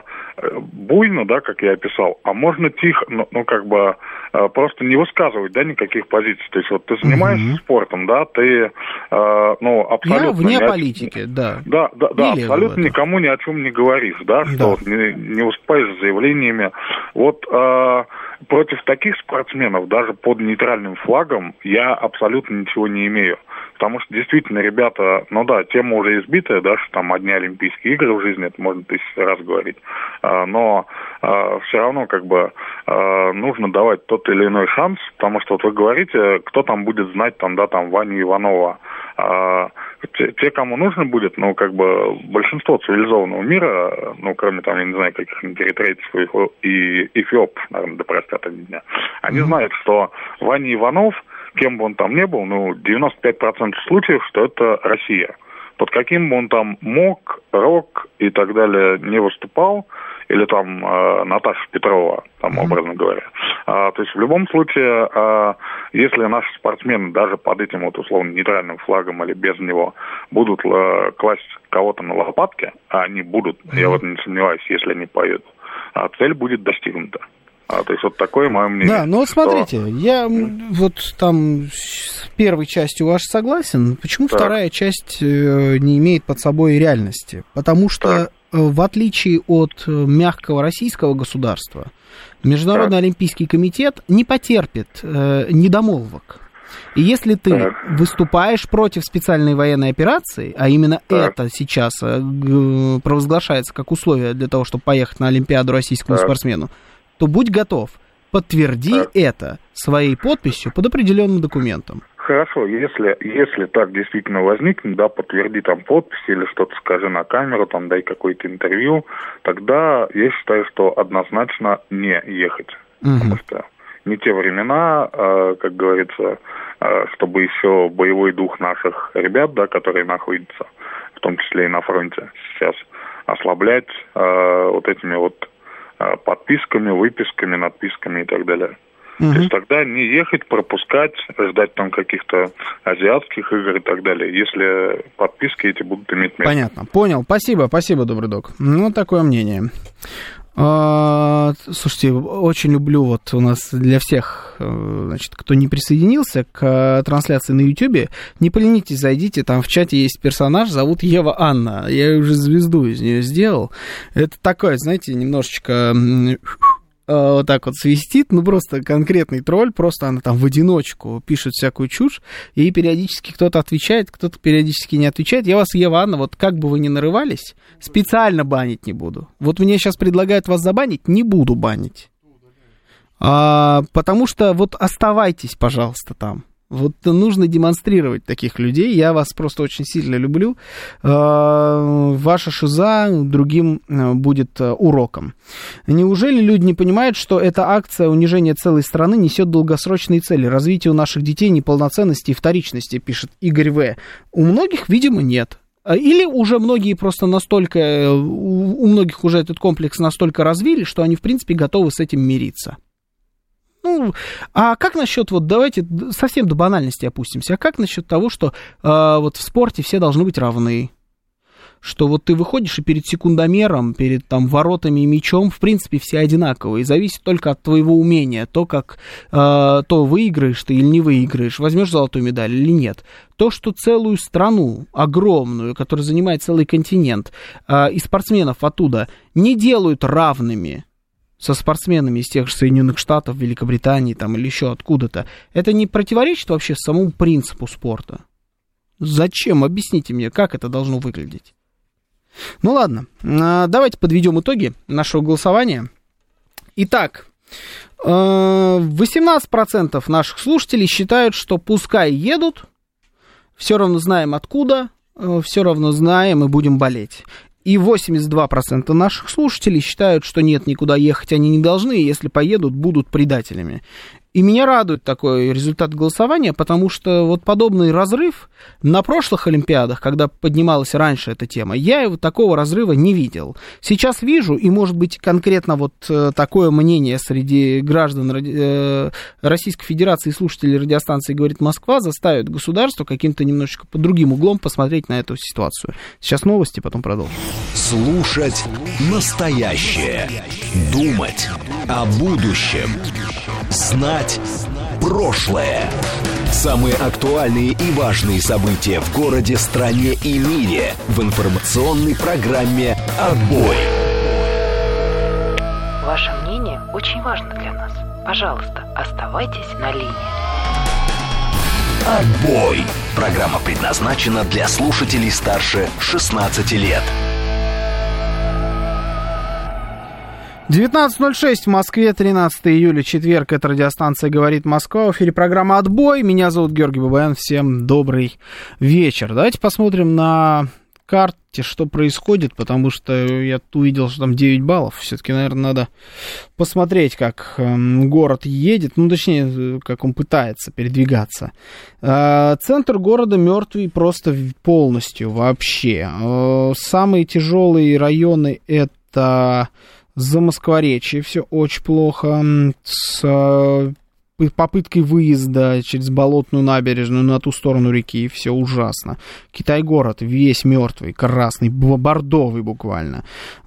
буйно, да, как я описал, а можно тихо, ну, ну как бы э, просто не высказывать, да, никаких позиций. То есть вот ты занимаешься mm-hmm. спортом, да, ты, э, ну, абсолютно... Я вне ни политики, о... да. Да, да, да, Или абсолютно никому ни о чем не говоришь, да, что да. вот не, не выступаешь с заявлениями. Вот э, против таких спортсменов, даже под нейтральным флагом, я абсолютно ничего не имею. Потому что действительно, ребята, ну да, тема уже избитая, да, что там одни Олимпийские игры в жизни, это можно тысячу раз говорить. А, но а, все равно как бы а, нужно давать тот или иной шанс, потому что вот вы говорите, кто там будет знать, там, да, там, Ваню Иванова. А, те, те, кому нужно будет, ну, как бы большинство цивилизованного мира, ну, кроме там, я не знаю, каких-нибудь эритрейцев и эфиопов, наверное, да простят они меня, они mm-hmm. знают, что Ваня Иванов, кем бы он там ни был, ну, девяносто пять процентов случаев, что это Россия. Под каким бы он там МОК, РОК и так далее не выступал, или там э, Наташа Петрова, там, mm-hmm. образно говоря. А, то есть в любом случае, а, если наши спортсмены даже под этим вот условно нейтральным флагом или без него будут а, класть кого-то на лопатки, а они будут, mm-hmm. я вот не сомневаюсь, если они поедут, а цель будет достигнута. А, то есть вот такое мое мнение. Да, ну вот смотрите, что... я вот там с первой частью ваш согласен. Почему так. вторая часть э, не имеет под собой реальности? Потому что так. э, в отличие от мягкого российского государства, Международный так. Олимпийский комитет не потерпит э, недомолвок. И если ты так. выступаешь против специальной военной операции, а именно так. это сейчас э, провозглашается как условие для того, чтобы поехать на Олимпиаду российскому так. спортсмену, то будь готов, подтверди так. это своей подписью под определенным документом. Хорошо, если, если так действительно возникнет, да, подтверди там подпись или что-то скажи на камеру, там дай какое-то интервью, тогда я считаю, что однозначно не ехать. Угу. Потому что не те времена, э, как говорится, э, чтобы еще боевой дух наших ребят, да, которые находятся, в том числе и на фронте сейчас, ослаблять э, вот этими вот подписками, выписками, надписками и так далее. Угу. То есть тогда не ехать, пропускать, ждать там каких-то азиатских игр и так далее, если подписки эти будут иметь место. Понятно, понял. Спасибо, спасибо, добрый док. Ну, такое мнение. А, слушайте, очень люблю вот у нас для всех, значит, кто не присоединился к трансляции на Ютьюбе, не поленитесь, зайдите, там в чате есть персонаж, зовут Ева Анна, я уже звезду из нее сделал. Это такое, знаете, немножечко вот так вот свистит, ну просто конкретный тролль, просто она там в одиночку пишет всякую чушь, и периодически кто-то отвечает, кто-то периодически не отвечает. Я вас, Ева Анна, вот как бы вы ни нарывались, специально банить не буду. Вот мне сейчас предлагают вас забанить, не буду банить. А, потому что вот оставайтесь, пожалуйста, там. Вот нужно демонстрировать таких людей. Я вас просто очень сильно люблю. Ваша шиза другим будет уроком. Неужели люди не понимают, что эта акция унижения целой страны несет долгосрочные цели? Развитие у наших детей неполноценности и вторичности, пишет Игорь В. У многих, видимо, нет. Или уже многие просто настолько... У многих уже этот комплекс настолько развили, что они, в принципе, готовы с этим мириться. Ну, а как насчет, вот давайте совсем до банальности опустимся, а как насчет того, что э, вот в спорте все должны быть равны? Что вот ты выходишь и перед секундомером, перед там воротами и мячом, в принципе, все одинаковые, зависит только от твоего умения, то, как, э, то выиграешь ты или не выиграешь, возьмешь золотую медаль или нет. То, что целую страну, огромную, которая занимает целый континент, э, и спортсменов оттуда не делают равными со спортсменами из тех же Соединенных Штатов, Великобритании там, или еще откуда-то, это не противоречит вообще самому принципу спорта? Зачем? Объясните мне, как это должно выглядеть? Ну ладно, давайте подведем итоги нашего голосования. Итак, восемнадцать процентов наших слушателей считают, что пускай едут, все равно знаем откуда, все равно знаем и будем болеть. И восемьдесят два процента наших слушателей считают, что нет, никуда ехать они не должны, и если поедут, будут предателями. И меня радует такой результат голосования, потому что вот подобный разрыв на прошлых Олимпиадах, когда поднималась раньше эта тема, я его такого разрыва не видел. Сейчас вижу, и, может быть, конкретно вот такое мнение среди граждан Российской Федерации и слушателей радиостанции «Говорит Москва» заставит государство каким-то немножечко под другим углом посмотреть на эту ситуацию. Сейчас новости, потом продолжим. Слушать настоящее. Думать о будущем. Знать прошлое. Самые актуальные и важные события в городе, стране и мире в информационной программе «Отбой». Ваше мнение очень важно для нас. Пожалуйста, оставайтесь на линии. «Отбой». Программа предназначена для слушателей старше шестнадцати лет. девятнадцать ноль шесть в Москве, тринадцатое июля, четверг. Это радиостанция «Говорит Москва». В эфире программа «Отбой». Меня зовут Георгий Бабаян. Всем добрый вечер. Давайте посмотрим на карте, что происходит, потому что я увидел, что там девять баллов. Все-таки, наверное, надо посмотреть, как э, город едет, ну, точнее, как он пытается передвигаться. Э, центр города мертвый просто полностью вообще. Э, самые тяжелые районы — это Замоскворечье, все очень плохо, с э, попыткой выезда через Болотную набережную на ту сторону реки, все ужасно. Китай-город весь мертвый, красный, бордовый буквально.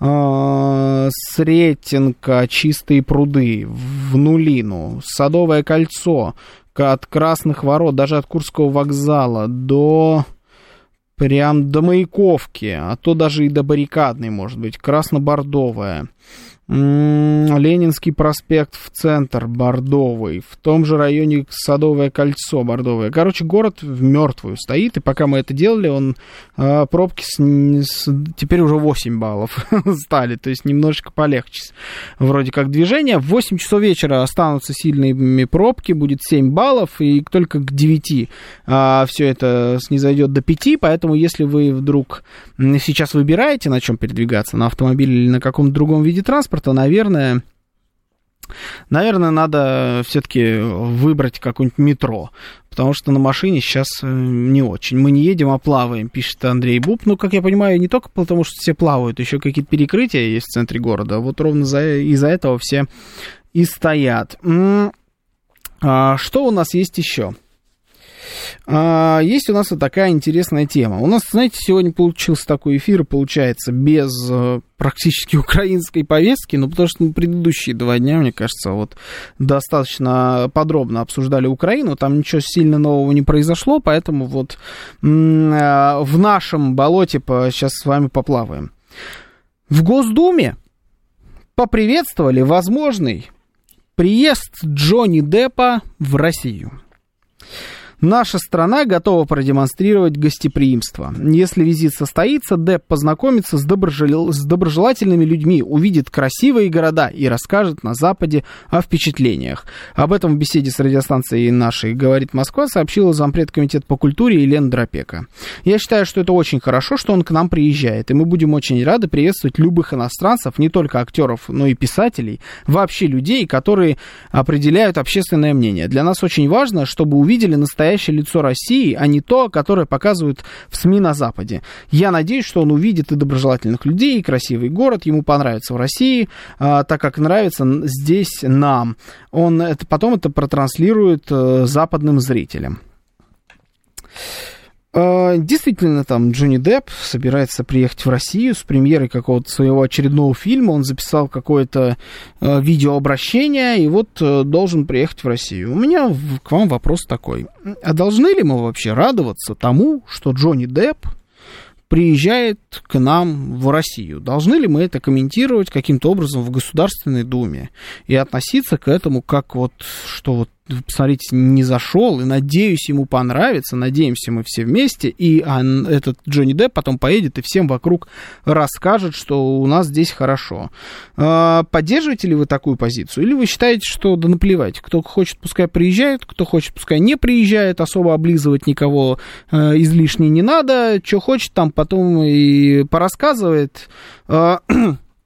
Э, Сретенка, Чистые пруды, в нулину, Садовое кольцо, от Красных ворот, даже от Курского вокзала до... Прям до Маяковки, а то даже и до Баррикадной, может быть, красно-бордовая. Ленинский проспект в центр, бордовый. В том же районе Садовое кольцо, бордовое. Короче, город в мертвую стоит, и пока мы это делали, он э, пробки с, с, теперь уже восемь баллов стали, то есть немножечко полегче. Вроде как движение. В восемь часов вечера останутся сильные пробки, будет семь баллов, и только к девяти э, все это снизойдет до пяти, поэтому если вы вдруг сейчас выбираете, на чем передвигаться, на автомобиле или на каком-то другом виде транспорта, наверное, наверное, надо все-таки выбрать какое-нибудь метро, потому что на машине сейчас не очень. Мы не едем, а плаваем, пишет Андрей Буб. Ну, как я понимаю, не только потому, что все плавают, еще какие-то перекрытия есть в центре города. Вот ровно за, из-за этого все и стоят. А что у нас есть еще? А, есть у нас вот такая интересная тема. У нас, знаете, сегодня получился такой эфир, получается, без э, практически украинской повестки, ну, потому что ну, предыдущие два дня, мне кажется, вот достаточно подробно обсуждали Украину, там ничего сильно нового не произошло, поэтому вот м- э, в нашем болоте по, сейчас с вами поплаваем. В Госдуме поприветствовали возможный приезд Джонни Деппа в Россию. Наша страна готова продемонстрировать гостеприимство. Если визит состоится, Депп познакомится с, доброжел... с доброжелательными людьми, увидит красивые города и расскажет на Западе о впечатлениях. Об этом в беседе с радиостанцией нашей «Говорит Москва» сообщила зампред комитета по культуре Елена Дропека. Я считаю, что это очень хорошо, что он к нам приезжает, и мы будем очень рады приветствовать любых иностранцев, не только актеров, но и писателей, вообще людей, которые определяют общественное мнение. Для нас очень важно, чтобы увидели настоящее лицо России, а не то, которое показывают в СМИ на Западе. Я надеюсь, что он увидит и доброжелательных людей, и красивый город, ему понравится в России, а, так как нравится здесь нам. Он это, потом это протранслирует а, западным зрителям. Действительно, там Джонни Депп собирается приехать в Россию с премьерой какого-то своего очередного фильма. Он записал какое-то э, видеообращение и вот э, должен приехать в Россию. У меня в, к вам вопрос такой. А должны ли мы вообще радоваться тому, что Джонни Депп приезжает к нам в Россию? Должны ли мы это комментировать каким-то образом в Государственной Думе и относиться к этому как вот, что вот, посмотрите, не зашел, и надеюсь, ему понравится, надеемся мы все вместе, и а, этот Джонни Депп потом поедет и всем вокруг расскажет, что у нас здесь хорошо. А, поддерживаете ли вы такую позицию? Или вы считаете, что да наплевать, кто хочет, пускай приезжает, кто хочет, пускай не приезжает, особо облизывать никого а, излишне не надо, что хочет, там потом и порассказывает. А,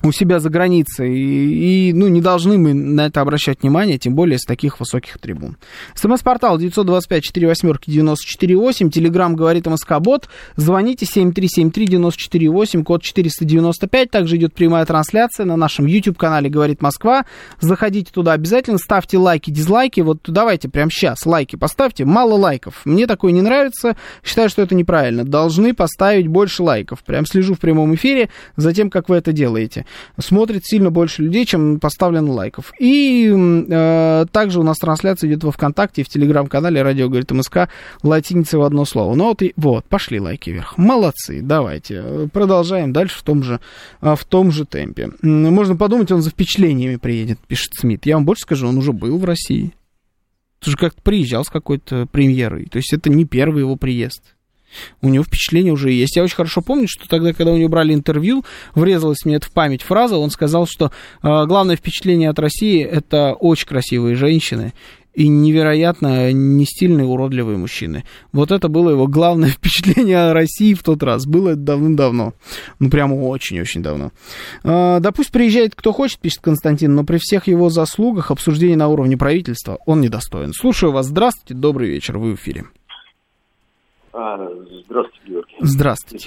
у себя за границей, и, и ну, не должны мы на это обращать внимание, тем более с таких высоких трибун. СМС-портал девятьсот двадцать пять четыре восьмерки девяносто четыре восемь, Телеграм говорит МСК-бот, звоните семь три семь три девяносто четыре восемь, код четыреста девяносто пять, также идет прямая трансляция на нашем YouTube-канале «Говорит Москва», заходите туда обязательно, ставьте лайки, дизлайки, вот давайте прямо сейчас лайки поставьте, мало лайков, мне такое не нравится, считаю, что это неправильно, должны поставить больше лайков, прям слежу в прямом эфире за тем, как вы это делаете. Смотрит сильно больше людей, чем поставлено лайков. И э, также у нас трансляция идет во ВКонтакте и в Телеграм-канале «Радио говорит МСК» латиницей в одно слово. Ну вот, и, вот, пошли лайки вверх. Молодцы, давайте. Продолжаем дальше в том же, в том же темпе. Можно подумать, он за впечатлениями приедет, пишет Смит. Я вам больше скажу, он уже был в России. Он же как-то приезжал с какой-то премьерой. То есть это не первый его приезд. У него впечатление уже есть. Я очень хорошо помню, что тогда, когда у него брали интервью, врезалась мне это в память фраза, он сказал, что э, главное впечатление от России — это очень красивые женщины и невероятно не стильные, уродливые мужчины. Вот это было его главное впечатление о России в тот раз. Было это давным-давно. Ну, прямо очень-очень давно. Э, да пусть приезжает кто хочет, пишет Константин, но при всех его заслугах обсуждения на уровне правительства он недостоин. Слушаю вас. Здравствуйте, добрый вечер, вы в эфире. А, здравствуйте, Георгий. Здравствуйте.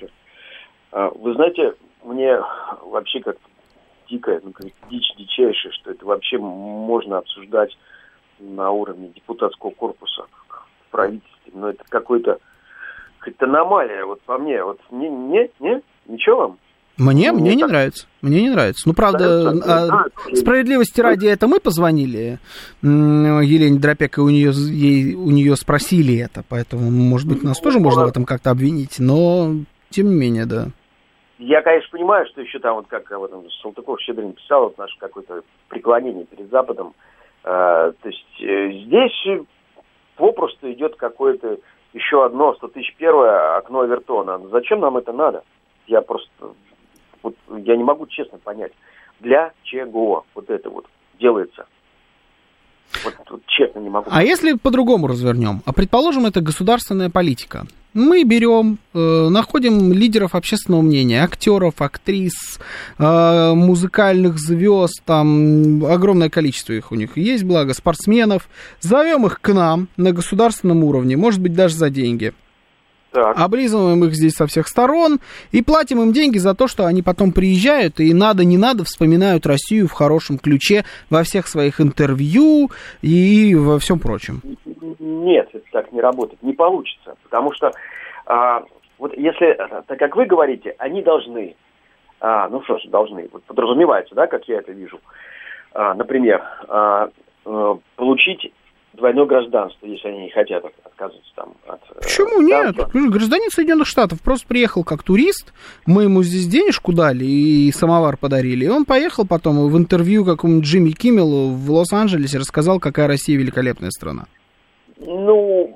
А, вы знаете, мне вообще как дикая, ну, как дичь дичайшая, что это вообще можно обсуждать на уровне депутатского корпуса в правительстве. Но это какой-то, какая-то аномалия, вот по мне. Вот не, не, не, ничего вам? Мне, ну, мне не так... нравится. Мне не нравится. Ну, правда, а, да, справедливости да. ради, это мы позвонили Елене Дропек, и у нее, ей, у нее спросили это, поэтому, может быть, нас ну, тоже ну, можно в этом как-то обвинить, но, тем не менее, да. Я, конечно, понимаю, что еще там, вот как об этом Салтыков-Щедрин писал, вот наше какое-то преклонение перед Западом. А, то есть э, здесь попросту идет какое-то еще одно сто тысяч первое окно Эвертона. Зачем нам это надо? Я просто... Вот я не могу честно понять, для чего вот это вот делается. Вот, вот честно не могу. А если по-другому развернем? А предположим, это государственная политика. Мы берем, э, находим лидеров общественного мнения, актеров, актрис, э, музыкальных звезд, там огромное количество их у них есть, благо спортсменов, зовем их к нам на государственном уровне, может быть, даже за деньги. Так. Облизываем их здесь со всех сторон и платим им деньги за то, что они потом приезжают и надо, не надо вспоминают Россию в хорошем ключе во всех своих интервью и во всем прочем. Нет, это так не работает, не получится, потому что а, вот если, так как вы говорите, они должны, а, ну что ж, должны, вот подразумевается, да, как я это вижу, а, например, а, а, получить двойное гражданство, если они не хотят отказываться там от... Почему нет? Гражданин Соединенных Штатов просто приехал как турист, мы ему здесь денежку дали и самовар подарили, и он поехал потом в интервью какому-нибудь Джимми Киммелу в Лос-Анджелесе, рассказал, какая Россия великолепная страна. Ну,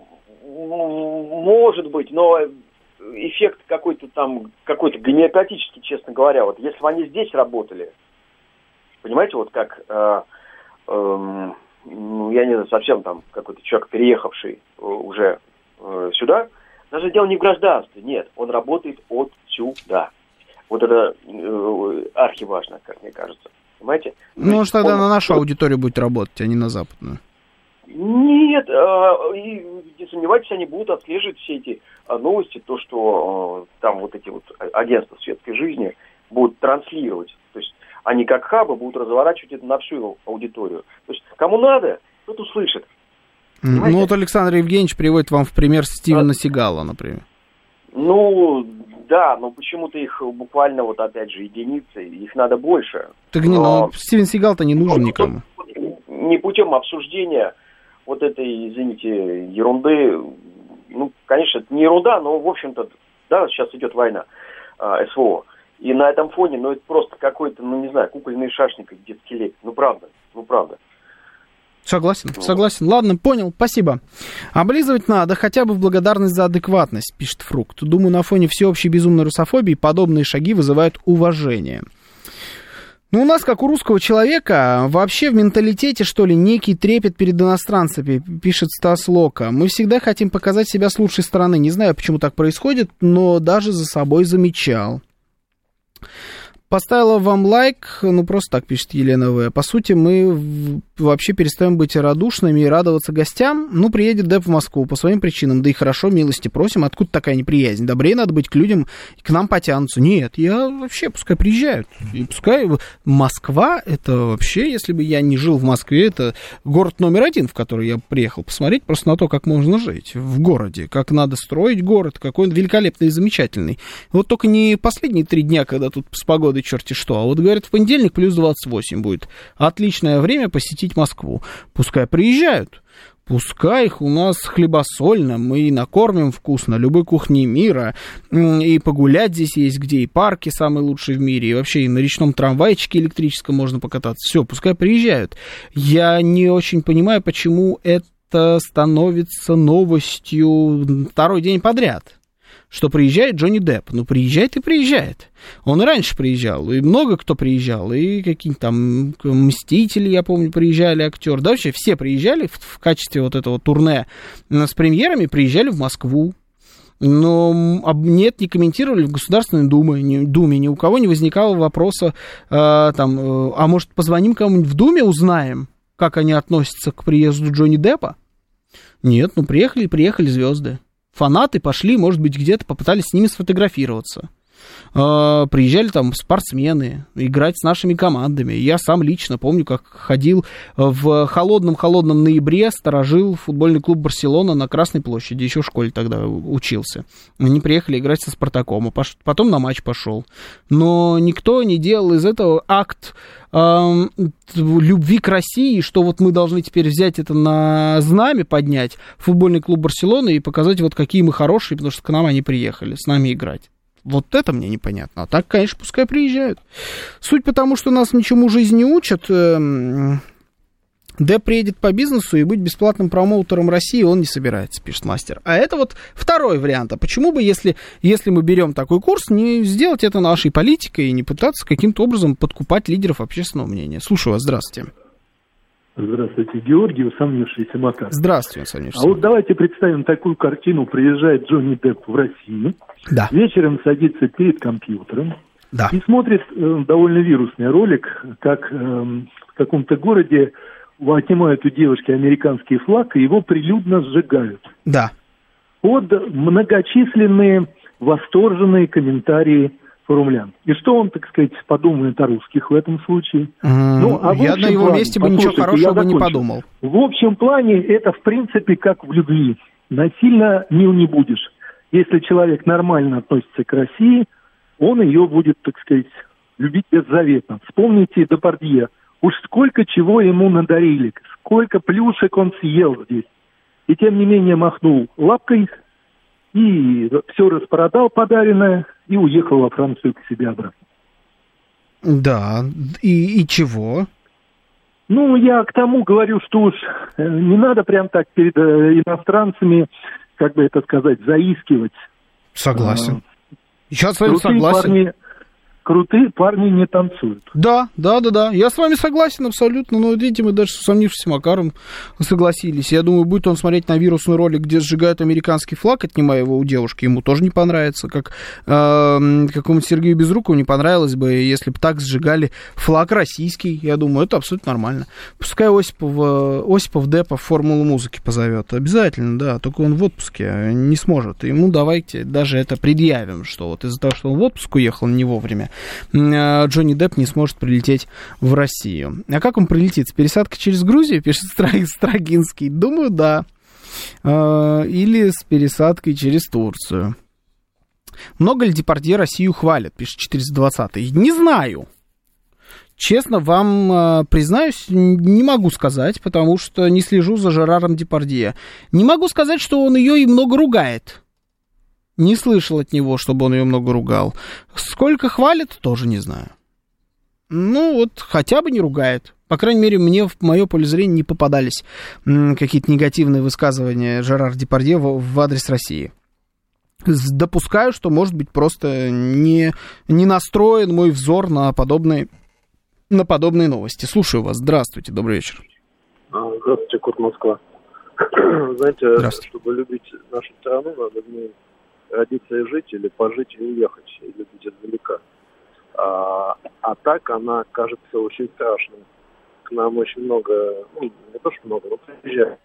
может быть, но эффект какой-то там, какой-то гомеопатический, честно говоря. Вот если бы они здесь работали, понимаете, вот как... Э, э, ну, я не знаю, совсем там какой-то человек, переехавший уже э, сюда, даже дело не в гражданстве, нет, он работает отсюда. Вот это э, архиважно, как мне кажется, понимаете? Ну, что тогда он... на нашу аудиторию будет работать, а не на западную. Нет, э, и, не сомневайтесь, они будут отслеживать все эти э, новости, то, что э, там вот эти вот агентства светской жизни будут транслировать, то есть они как хабы будут разворачивать это на всю аудиторию. То есть кому надо, тот услышит. Понимаете? Ну вот Александр Евгеньевич приводит вам в пример Стивена а... Сигала, например. Ну, да, но почему-то их буквально вот опять же единицы, их надо больше. Так не, но... ну, Стивен Сигал-то не нужен ну, никому. Не путем обсуждения вот этой, извините, ерунды. Ну, конечно, это не ерунда, но, в общем-то, да, сейчас идет война а, СВО. И на этом фоне, ну, это просто какой-то, ну, не знаю, кукольный шашник, детский лепет. Ну, правда, ну, правда. Согласен, согласен. Ладно, понял, спасибо. Облизывать надо хотя бы в благодарность за адекватность, пишет Фрукт. Думаю, на фоне всеобщей безумной русофобии подобные шаги вызывают уважение. Ну, у нас, как у русского человека, вообще в менталитете, что ли, некий трепет перед иностранцами, пишет Стас Лока. Мы всегда хотим показать себя с лучшей стороны. Не знаю, почему так происходит, но даже за собой замечал. Поставила вам лайк, ну просто так пишет Елена В. По сути, мы вообще перестаем быть радушными и радоваться гостям. Ну, приедет Деп в Москву по своим причинам, да и хорошо, милости просим. Откуда такая неприязнь? Добрее надо быть к людям, к нам потянутся. Нет, я вообще, пускай приезжают. И пускай Москва, это вообще, если бы я не жил в Москве, это город номер один, в который я приехал посмотреть просто на то, как можно жить в городе, как надо строить город, какой он великолепный и замечательный. Вот только не последние три дня, когда тут с погодой черти что. А вот, говорят, в понедельник плюс двадцать восемь будет. Отличное время посетить Москву. Пускай приезжают. Пускай их у нас хлебосольно, мы накормим вкусно любой кухни мира. И погулять здесь есть где, и парки самые лучшие в мире, и вообще и на речном трамвайчике электрическом можно покататься. Все, пускай приезжают. Я не очень понимаю, почему это становится новостью второй день подряд. Что приезжает Джонни Депп. Ну, приезжает и приезжает. Он и раньше приезжал, и много кто приезжал, и какие-то там «Мстители», я помню, приезжали, актеры. Да, вообще все приезжали в, в качестве вот этого турне с премьерами, приезжали в Москву. Но нет, не комментировали в Государственной Думе, ни, Думе, ни у кого не возникало вопроса, э, там, э, а может, позвоним кому-нибудь в Думе, узнаем, как они относятся к приезду Джонни Деппа? Нет, ну, приехали и приехали звезды. Фанаты пошли, может быть, где-то попытались с ними сфотографироваться. Э, приезжали там спортсмены, играть с нашими командами. Я сам лично помню, как ходил в холодном-холодном ноябре, сторожил футбольный клуб «Барселона» на Красной площади, еще в школе тогда учился. Они приехали играть со «Спартаком», а потом на матч пошел. Но никто не делал из этого акт э, любви к России, что вот мы должны теперь взять это на знамя, поднять футбольный клуб «Барселона» и показать, вот какие мы хорошие, потому что к нам они приехали, с нами играть. Вот это мне непонятно. А так, конечно, пускай приезжают. Суть потому, что нас ничему жизнь не учат. Депп приедет по бизнесу, и быть бесплатным промоутером России он не собирается, пишет мастер. А это вот второй вариант. А почему бы, если, если мы берем такой курс, не сделать это нашей политикой и не пытаться каким-то образом подкупать лидеров общественного мнения? Слушаю вас, здравствуйте. Здравствуйте, Георгий, усомнившийся Макар. Здравствуйте, усомнившийся. А вот давайте представим такую картину. Приезжает Джонни Депп в Россию, да. Вечером садится перед компьютером, да. И смотрит э, довольно вирусный ролик, как э, в каком-то городе отнимают у девушки американский флаг и его прилюдно сжигают. Да. Под многочисленные восторженные комментарии форумлян. И что он, так сказать, подумает о русских в этом случае? Mm, ну, а я на его плане, месте бы ничего хорошего бы не подумал. В общем плане это, в принципе, как в любви. Насильно мил не будешь. Если человек нормально относится к России, он ее будет, так сказать, любить беззаветно. Вспомните Депардье. Уж сколько чего ему надарили, сколько плюшек он съел здесь. И тем не менее махнул лапкой и все распродал подаренное и уехал во Францию к себе обратно. Да, и, и чего? Ну, я к тому говорю, что уж не надо прям так перед иностранцами, как бы это сказать, заискивать. Согласен. Я с вами крутые согласен. Парни, крутые парни не танцуют. Да, да, да, да. Я с вами согласен абсолютно. Но, видите, мы даже с усомнившимся Макаром согласились. Я думаю, будет он смотреть на вирусный ролик, где сжигают американский флаг, отнимая его у девушки, ему тоже не понравится. Как э, какому-нибудь Сергею Безрукову не понравилось бы, если бы так сжигали флаг российский. Я думаю, это абсолютно нормально. Пускай Осипов, Осипов Деппа в формулу музыки позовет. Обязательно, да. Только он в отпуске не сможет. Ему давайте даже это предъявим, что вот из-за того, что он в отпуск уехал не вовремя, Джонни Депп не сможет прилететь в Россию. А как он прилетит? С пересадкой через Грузию, пишет Строгинский? Думаю, да. Или с пересадкой через Турцию. Много ли Депардье Россию хвалят, пишет четыреста двадцатый? Не знаю. Честно вам признаюсь, не могу сказать, потому что не слежу за Жераром Депардье. Не могу сказать, что он ее и много ругает. Не слышал от него, чтобы он ее много ругал. Сколько хвалит, тоже не знаю. Ну, вот хотя бы не ругает. По крайней мере, мне в мое поле зрения не попадались м, какие-то негативные высказывания Жерара Депардье в, в адрес России. Допускаю, что, может быть, просто не, не настроен мой взор на подобные, на подобные новости. Слушаю вас. Здравствуйте. Добрый вечер. Здравствуйте, Курт Москва. Знаете, чтобы любить нашу страну, надо в ней родиться и жить, или пожить и уехать, и любить издалека. А, так она кажется очень страшной. К нам очень много, ну, не то что много, но приезжают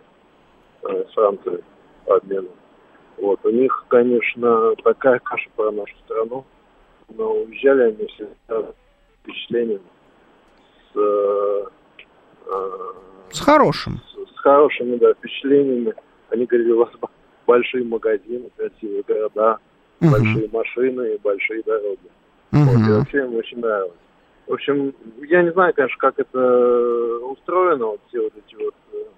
с Франции по обмену. Вот. У них, конечно, такая каша про нашу страну, но уезжали они все с впечатлением, с, э, с хорошим. С, с хорошими, да, впечатлениями. Они говорили, у вас большие магазины, красивые города, uh-huh. большие машины и большие дороги. Uh-huh. Вот, и вообще им очень нравилось. В общем, я не знаю, конечно, как это устроено, вот все вот эти вот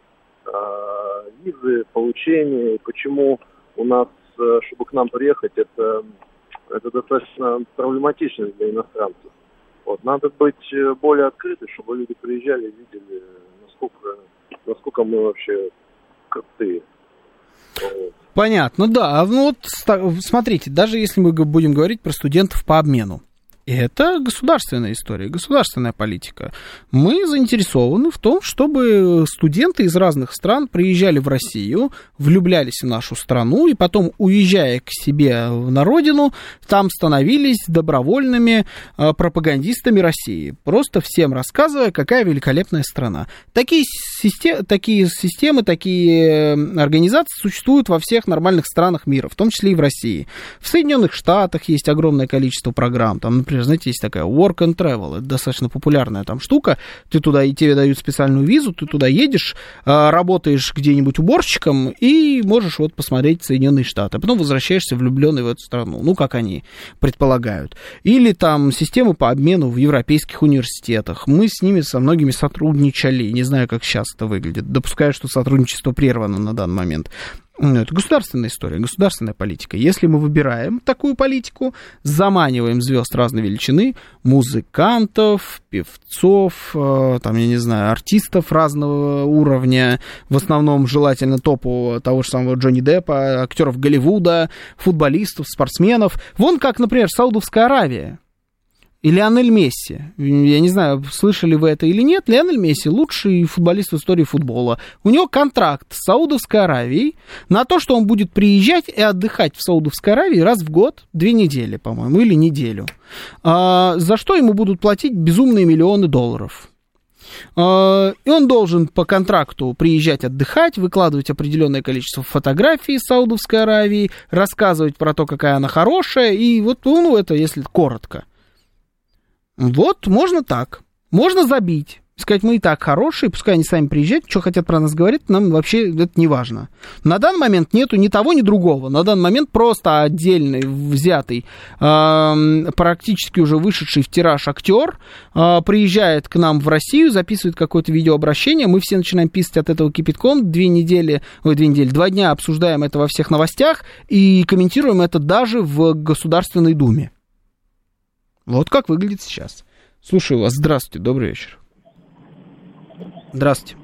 э, визы, получения, и почему у нас, чтобы к нам приехать, это, это достаточно проблематично для иностранцев. Вот, надо быть более открыты, чтобы люди приезжали и видели, насколько, насколько мы вообще крутые. Вот. Понятно, да. Ну вот смотрите, даже если мы будем говорить про студентов по обмену, это государственная история, государственная политика. Мы заинтересованы в том, чтобы студенты из разных стран приезжали в Россию, влюблялись в нашу страну и потом, уезжая к себе на родину, там становились добровольными э, пропагандистами России, просто всем рассказывая, какая великолепная страна. Такие, систем, такие системы, такие организации существуют во всех нормальных странах мира, в том числе и в России. В Соединенных Штатах есть огромное количество программ, там, например, знаете, есть такая work and travel, это достаточно популярная там штука, ты туда, и тебе дают специальную визу, ты туда едешь, работаешь где-нибудь уборщиком и можешь вот посмотреть Соединенные Штаты, а потом возвращаешься влюбленный в эту страну, ну, как они предполагают. Или там системы по обмену в европейских университетах, мы с ними со многими сотрудничали, не знаю, как сейчас это выглядит, допускаю, что сотрудничество прервано на данный момент. Это государственная история, государственная политика. Если мы выбираем такую политику, заманиваем звезд разной величины, музыкантов, певцов, там, я не знаю, артистов разного уровня, в основном желательно топового того же самого Джонни Деппа, актеров Голливуда, футболистов, спортсменов. Вон как, например, Саудовская Аравия. И Лионель Месси. Я не знаю, слышали вы это или нет. Лионель Месси лучший футболист в истории футбола. У него контракт с Саудовской Аравией на то, что он будет приезжать и отдыхать в Саудовской Аравии раз в год, две недели, по-моему, или неделю. А, за что ему будут платить безумные миллионы долларов. А, и он должен по контракту приезжать отдыхать, выкладывать определенное количество фотографий из Саудовской Аравии, рассказывать про то, какая она хорошая. И вот, ну, это если коротко. Вот, можно так. Можно забить. Сказать, мы и так хорошие, пускай они сами приезжают, что хотят про нас говорить, нам вообще это не важно. На данный момент нету ни того, ни другого. На данный момент просто отдельный, взятый, э, практически уже вышедший в тираж актер э, приезжает к нам в Россию, записывает какое-то видеообращение, мы все начинаем писать от этого кипятком, две недели, ой, две недели, два дня обсуждаем это во всех новостях и комментируем это даже в Государственной Думе. Вот как выглядит сейчас. Слушаю вас. Здравствуйте, добрый вечер. Здравствуйте.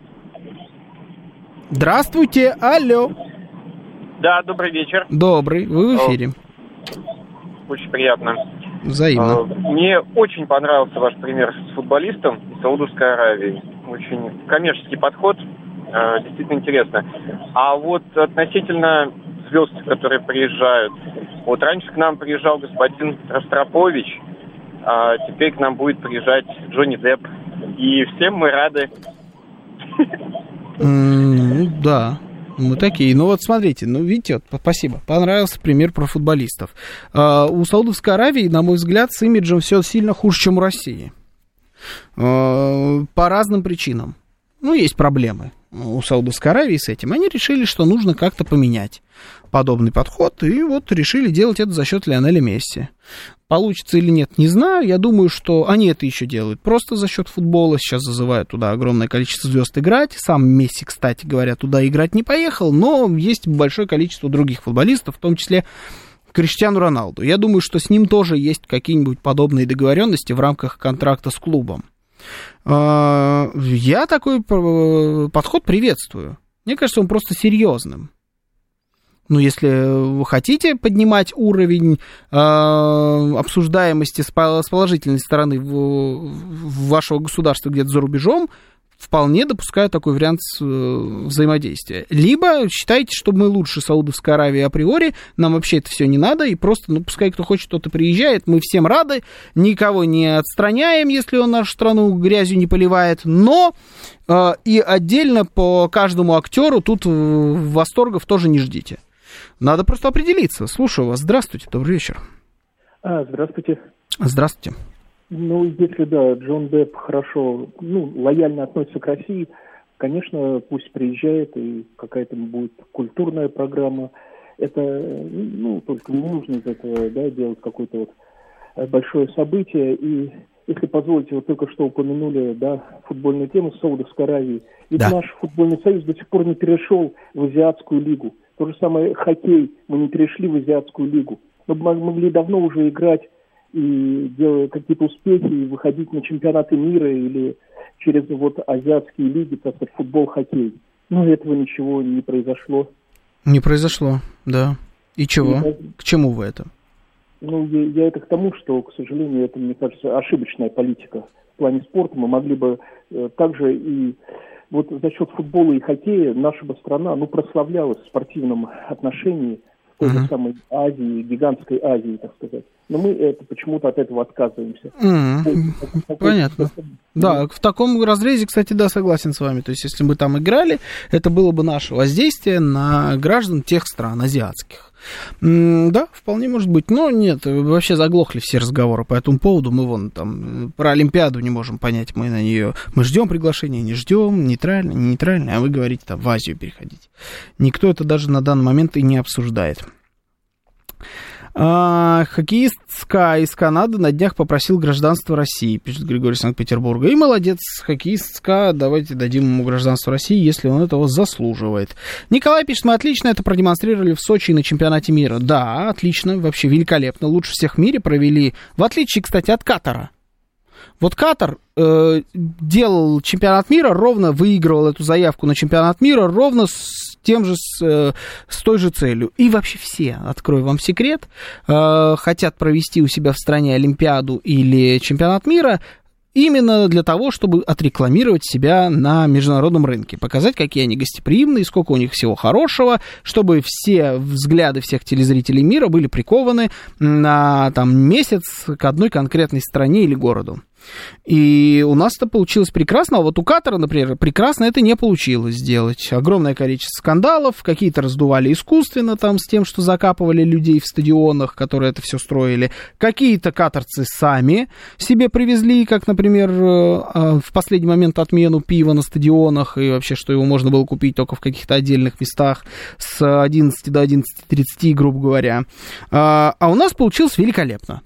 Здравствуйте, алло. Да, добрый вечер. Добрый, вы в эфире. Очень приятно. Взаимно. Мне очень понравился ваш пример с футболистом из Саудовской Аравии. Очень коммерческий подход, действительно интересно. А вот относительно звезд, которые приезжают. Вот раньше к нам приезжал господин Ростропович, а теперь к нам будет приезжать Джонни Депп. И всем мы рады. Ну, да, мы такие. Ну, вот смотрите, ну, видите, вот, спасибо. Понравился пример про футболистов. Uh, у Саудовской Аравии, на мой взгляд, с имиджем все сильно хуже, чем у России. Uh, по разным причинам. Ну, есть проблемы у Саудовской Аравии с этим. Они решили, что нужно как-то поменять подобный подход, и вот решили делать это за счет Лионеля Месси. Получится или нет, не знаю. Я думаю, что они это еще делают просто за счет футбола. Сейчас зазывают туда огромное количество звезд играть. Сам Месси, кстати говоря, туда играть не поехал, но есть большое количество других футболистов, в том числе Криштиану Роналду. Я думаю, что с ним тоже есть какие-нибудь подобные договоренности в рамках контракта с клубом. Я такой подход приветствую. Мне кажется, он просто серьезным. Ну, если вы хотите поднимать уровень э, обсуждаемости с, с положительной стороны в, в вашего государства где-то за рубежом, вполне допускаю такой вариант взаимодействия. Либо считайте, что мы лучше Саудовской Аравии априори, нам вообще это все не надо, и просто, ну, пускай кто хочет, тот и приезжает, мы всем рады, никого не отстраняем, если он нашу страну грязью не поливает, но э, и отдельно по каждому актеру тут восторгов тоже не ждите. Надо просто определиться. Слушаю вас. Здравствуйте, добрый вечер. А, здравствуйте. Здравствуйте. Ну, если, да, Джон Депп хорошо, ну, лояльно относится к России, конечно, пусть приезжает, и какая-то будет культурная программа. Это, ну, только не нужно из этого, да, делать какое-то вот большое событие. И, если позволите, вот только что упомянули, да, футбольную тему с Саудовской Аравии. Ведь да. Наш футбольный союз до сих пор не перешел в Азиатскую лигу. То же самое хоккей, мы не перешли в Азиатскую лигу. Мы могли давно уже играть и делать какие-то успехи, и выходить на чемпионаты мира или через вот азиатские лиги, так сказать, футбол, хоккей. Но этого ничего не произошло. Не произошло, да. И чего? И, к чему вы это? Ну, я, я это к тому, что, к сожалению, это, мне кажется, ошибочная политика в плане спорта. Мы могли бы э, также и вот за счет футбола и хоккея наша бы страна, ну, прославлялась в спортивном отношении в той же uh-huh. самой Азии, гигантской Азии, так сказать. Но мы это почему-то от этого отказываемся. Uh-huh. Понятно. Да, в таком разрезе, кстати, да, согласен с вами. То есть, если бы там играли, это было бы наше воздействие на граждан тех стран азиатских. Да, вполне может быть. Но нет, вообще заглохли все разговоры по этому поводу. Мы вон там про Олимпиаду не можем понять. Мы на нее, мы ждем приглашения, не ждем, нейтрально, не нейтрально, а вы говорите там в Азию переходить. Никто это даже на данный момент и не обсуждает. А, хоккеист СКА из Канады на днях попросил гражданство России, пишет Григорий Санкт-Петербурга. И молодец, хоккеист СКА, давайте дадим ему гражданство России, если он этого заслуживает. Николай пишет, мы отлично это продемонстрировали в Сочи на чемпионате мира. Да, отлично, вообще великолепно, лучше всех в мире провели, в отличие, кстати, от Катара. Вот Катар э, делал чемпионат мира, ровно выигрывал эту заявку на чемпионат мира, ровно с тем же, с, э, с той же целью. И вообще все, открою вам секрет, э, хотят провести у себя в стране Олимпиаду или чемпионат мира именно для того, чтобы отрекламировать себя на международном рынке, показать, какие они гостеприимные, сколько у них всего хорошего, чтобы все взгляды всех телезрителей мира были прикованы на там, месяц к одной конкретной стране или городу. И у нас это получилось прекрасно, а вот у Катара, например, прекрасно это не получилось сделать. Огромное количество скандалов, какие-то раздували искусственно там с тем, что закапывали людей в стадионах, которые это все строили. Какие-то катарцы сами себе привезли, как, например, в последний момент отмену пива на стадионах, и вообще, что его можно было купить только в каких-то отдельных местах с одиннадцати до одиннадцати тридцати, грубо говоря. А у нас получилось великолепно.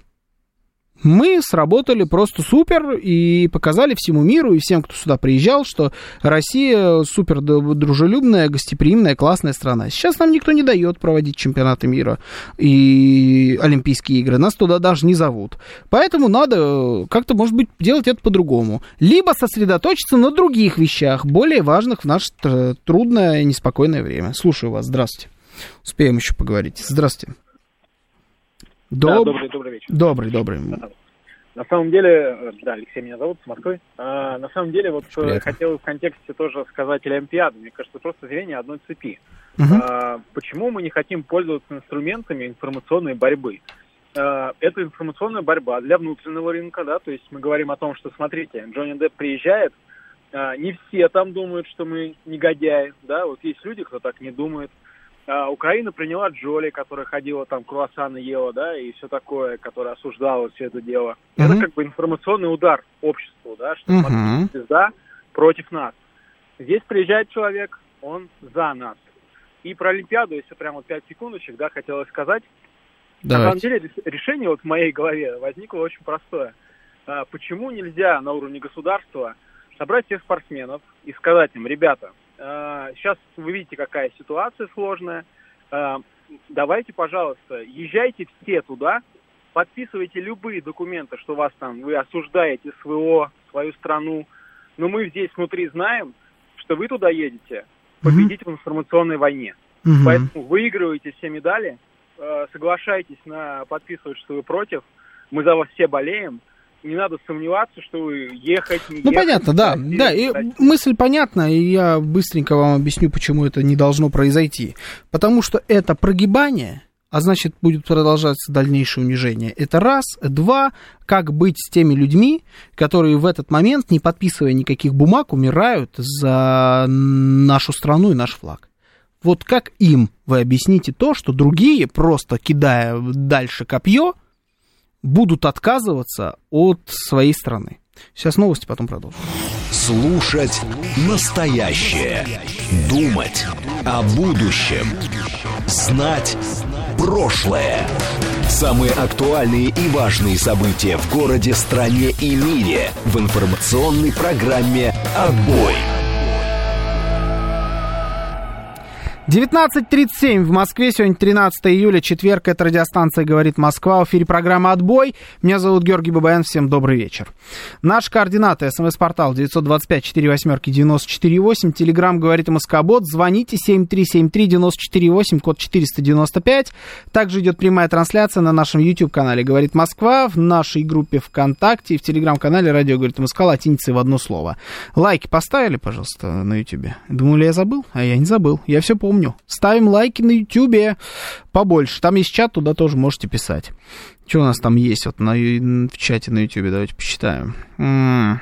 Мы сработали просто супер и показали всему миру и всем, кто сюда приезжал, что Россия супер дружелюбная, гостеприимная, классная страна. Сейчас нам никто не дает проводить чемпионаты мира и Олимпийские игры. Нас туда даже не зовут. Поэтому надо как-то, может быть, делать это по-другому. Либо сосредоточиться на других вещах, более важных в наше трудное и неспокойное время. Слушаю вас. Здравствуйте. Успеем еще поговорить. Здравствуйте. Доб... Да, добрый, добрый вечер. Добрый, добрый. На самом деле, да, Алексей меня зовут, с Москвы. А, на самом деле, вот Приятно. хотел в контексте тоже сказать Олимпиаду. Мне кажется, просто звенья одной цепи. Uh-huh. А, почему мы не хотим пользоваться инструментами информационной борьбы? А, это информационная борьба для внутреннего рынка, да, то есть мы говорим о том, что, смотрите, Джонни Депп приезжает, а, не все там думают, что мы негодяи, да, вот есть люди, кто так не думает. Uh, Украина приняла Джоли, которая ходила там, круассаны ела, да, и все такое, которая осуждала все это дело. Uh-huh. Это как бы информационный удар обществу, да, что uh-huh. смотрите, звезда против нас. Здесь приезжает человек, он за нас. И про Олимпиаду, если прямо вот пять секундочек, да, хотелось сказать. Давайте. На самом деле решение вот в моей голове возникло очень простое. Uh, почему нельзя на уровне государства собрать всех спортсменов и сказать им, ребята, сейчас вы видите, какая ситуация сложная. Давайте, пожалуйста, езжайте все туда, подписывайте любые документы, что вас там, вы осуждаете СВО, свою страну. Но мы здесь внутри знаем, что вы туда едете победить mm-hmm. в информационной войне. Mm-hmm. Поэтому выигрываете все медали, соглашайтесь на подписывать, что вы против. Мы за вас все болеем. не надо сомневаться, что ехать, не Ну, ехать. понятно, да, да, и мысль понятна, и я быстренько вам объясню, почему это не должно произойти. Потому что это прогибание, а значит, будет продолжаться дальнейшее унижение. Это раз. Два, как быть с теми людьми, которые в этот момент, не подписывая никаких бумаг, умирают за нашу страну и наш флаг. Вот как им вы объясните то, что другие, просто кидая дальше копье, будут отказываться от своей страны. Сейчас новости, потом продолжим. Слушать настоящее. Думать о будущем. Знать прошлое. Самые актуальные и важные события в городе, стране и мире в информационной программе «Отбой». девятнадцать тридцать семь в Москве, сегодня тринадцатое июля, четверг, это радиостанция «Говорит Москва», в эфире программа «Отбой». Меня зовут Георгий Бабаян, всем добрый вечер. Наши координаты: смс-портал девять два пять четыре восемь девяносто четыре восемь, телеграмм «Говорит Москобот», звоните семь три семь три девяносто четыре восемь, код четыреста девяносто пять. Также идет прямая трансляция на нашем YouTube-канале «Говорит Москва», в нашей группе ВКонтакте и в телеграм-канале «Радио Говорит Москва» латиницей в одно слово. Лайки поставили, пожалуйста, на YouTube? Думали, я забыл? А я не забыл, я все помню. Ставим лайки на Ютьюбе побольше. Там есть чат, туда тоже можете писать. Что у нас там есть вот на, в чате на Ютьюбе? Давайте посчитаем. М-м.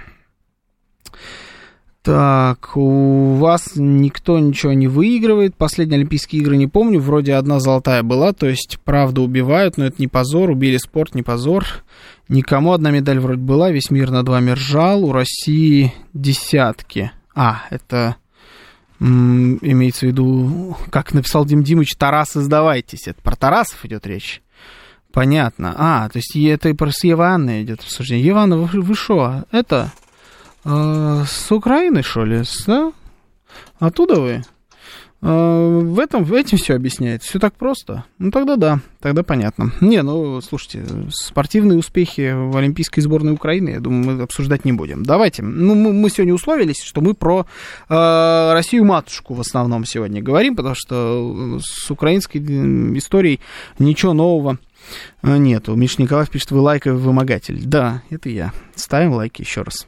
Так, у вас никто ничего не выигрывает. Последние Олимпийские игры не помню. Вроде одна золотая была. То есть, правда, убивают, но это не позор. Убили спорт, не позор. Никому одна медаль вроде была. Весь мир на два ржал. У России десятки. А, это... имеется в виду, как написал Дим Димыч, Тарасы, сдавайтесь. Это про Тарасов идет речь. Понятно. А, то есть это и про с Евой Анной идет обсуждение. Ева Анна, вы что? Это э, с Украины, что ли? С, да? Оттуда вы? Э, в этом, в этим все объясняется. Все так просто. Ну, тогда да, тогда понятно. Не, ну, слушайте, спортивные успехи в олимпийской сборной Украины, я думаю, мы обсуждать не будем. Давайте. Ну, мы, мы сегодня условились, что мы про э, Россию-матушку в основном сегодня говорим, потому что с украинской историей ничего нового нету. Миша Николаев пишет: вы лайковый вымогатель. Да, это я. Ставим лайки еще раз.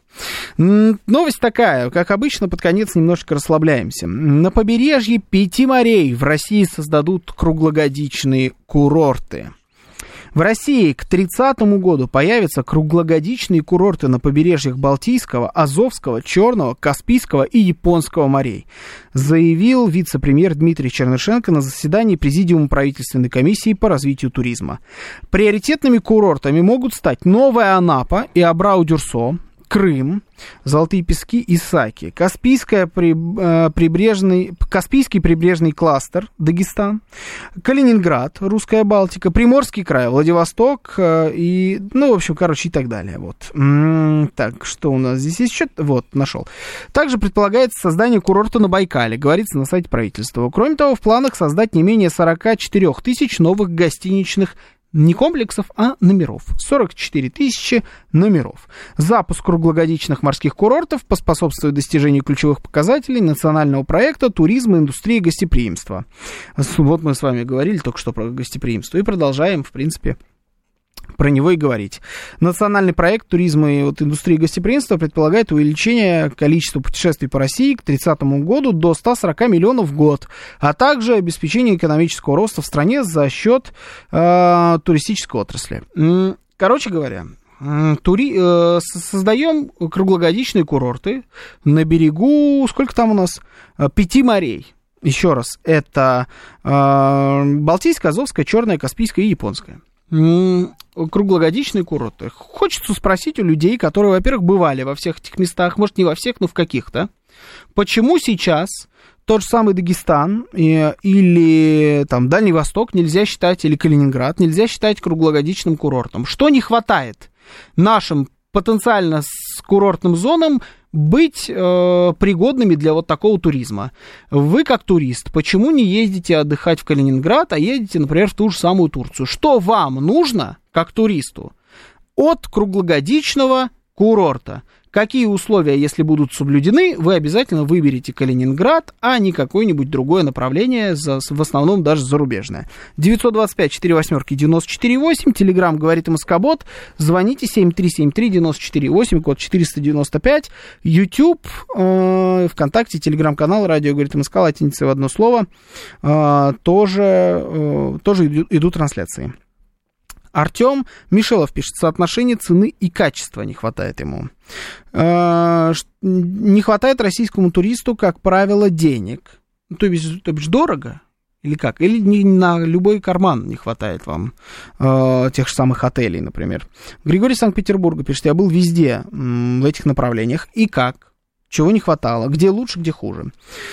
Новость такая, как обычно, под конец немножечко расслабляемся. На побережье пяти морей в России создадут круглогодичные курорты. В России к тридцатому году появятся круглогодичные курорты на побережьях Балтийского, Азовского, Черного, Каспийского и Японского морей, заявил вице-премьер Дмитрий Чернышенко на заседании Президиума правительственной комиссии по развитию туризма. Приоритетными курортами могут стать Новая Анапа и Абрау-Дюрсо, Крым, Золотые Пески и Саки, Каспийская при, э, прибрежный, Каспийский прибрежный кластер, Дагестан, Калининград, Русская Балтика, Приморский край, Владивосток э, и, ну, в общем, короче, и так далее. Вот. М-м, так, что у нас здесь есть? Что-то? Вот, нашел. Также предполагается создание курорта на Байкале, говорится на сайте правительства. Кроме того, в планах создать не менее сорок четыре тысячи новых гостиничных не комплексов, а номеров. сорок четыре тысячи номеров. Запуск круглогодичных морских курортов поспособствует достижению ключевых показателей национального проекта «Туризм, индустрия и гостеприимство». Вот мы с вами говорили только что про гостеприимство и продолжаем, в принципе, про него и говорить. Национальный проект туризма и вот, индустрии гостеприимства предполагает увеличение количества путешествий по России к тридцатому году до ста сорока миллионов в год, а также обеспечение экономического роста в стране за счет э, туристической отрасли. Короче говоря, тури, э, создаем круглогодичные курорты на берегу, сколько там у нас, пяти морей. Еще раз, это э, Балтийское, Азовское, Черное, Каспийское и Японское. Круглогодичные курорты. Хочется спросить у людей, которые, во-первых, бывали во всех этих местах, может, не во всех, но в каких-то, почему сейчас тот же самый Дагестан и, или там Дальний Восток нельзя считать, или Калининград нельзя считать круглогодичным курортом? Что не хватает нашим потенциально с курортным зонам быть э, пригодными для вот такого туризма? Вы, как турист, почему не ездите отдыхать в Калининград, а едете, например, в ту же самую Турцию? Что вам нужно, как туристу, от круглогодичного курорта? какие условия, если будут соблюдены, вы обязательно выберете Калининград, а не какое-нибудь другое направление, за, в основном даже зарубежное. девятьсот двадцать пять сорок восемь девяносто четыре восемь, Телеграм говорит МСК-бот, звоните семь три семь три девяносто четыре восемь, код четыреста девяносто пять, YouTube, э, ВКонтакте, Телеграм-канал, радио говорит МСК, латиница в одно слово, э, тоже, э, тоже идут, идут трансляции. Артем Мишелов пишет, соотношение цены и качества не хватает ему. Э, не хватает российскому туристу, как правило, денег. То есть, то бишь дорого? Или как? Или не, на любой карман не хватает вам э, тех же самых отелей, например. Григорий из Санкт-Петербурга пишет, я был везде м, в этих направлениях. И как? Чего не хватало? Где лучше, где хуже?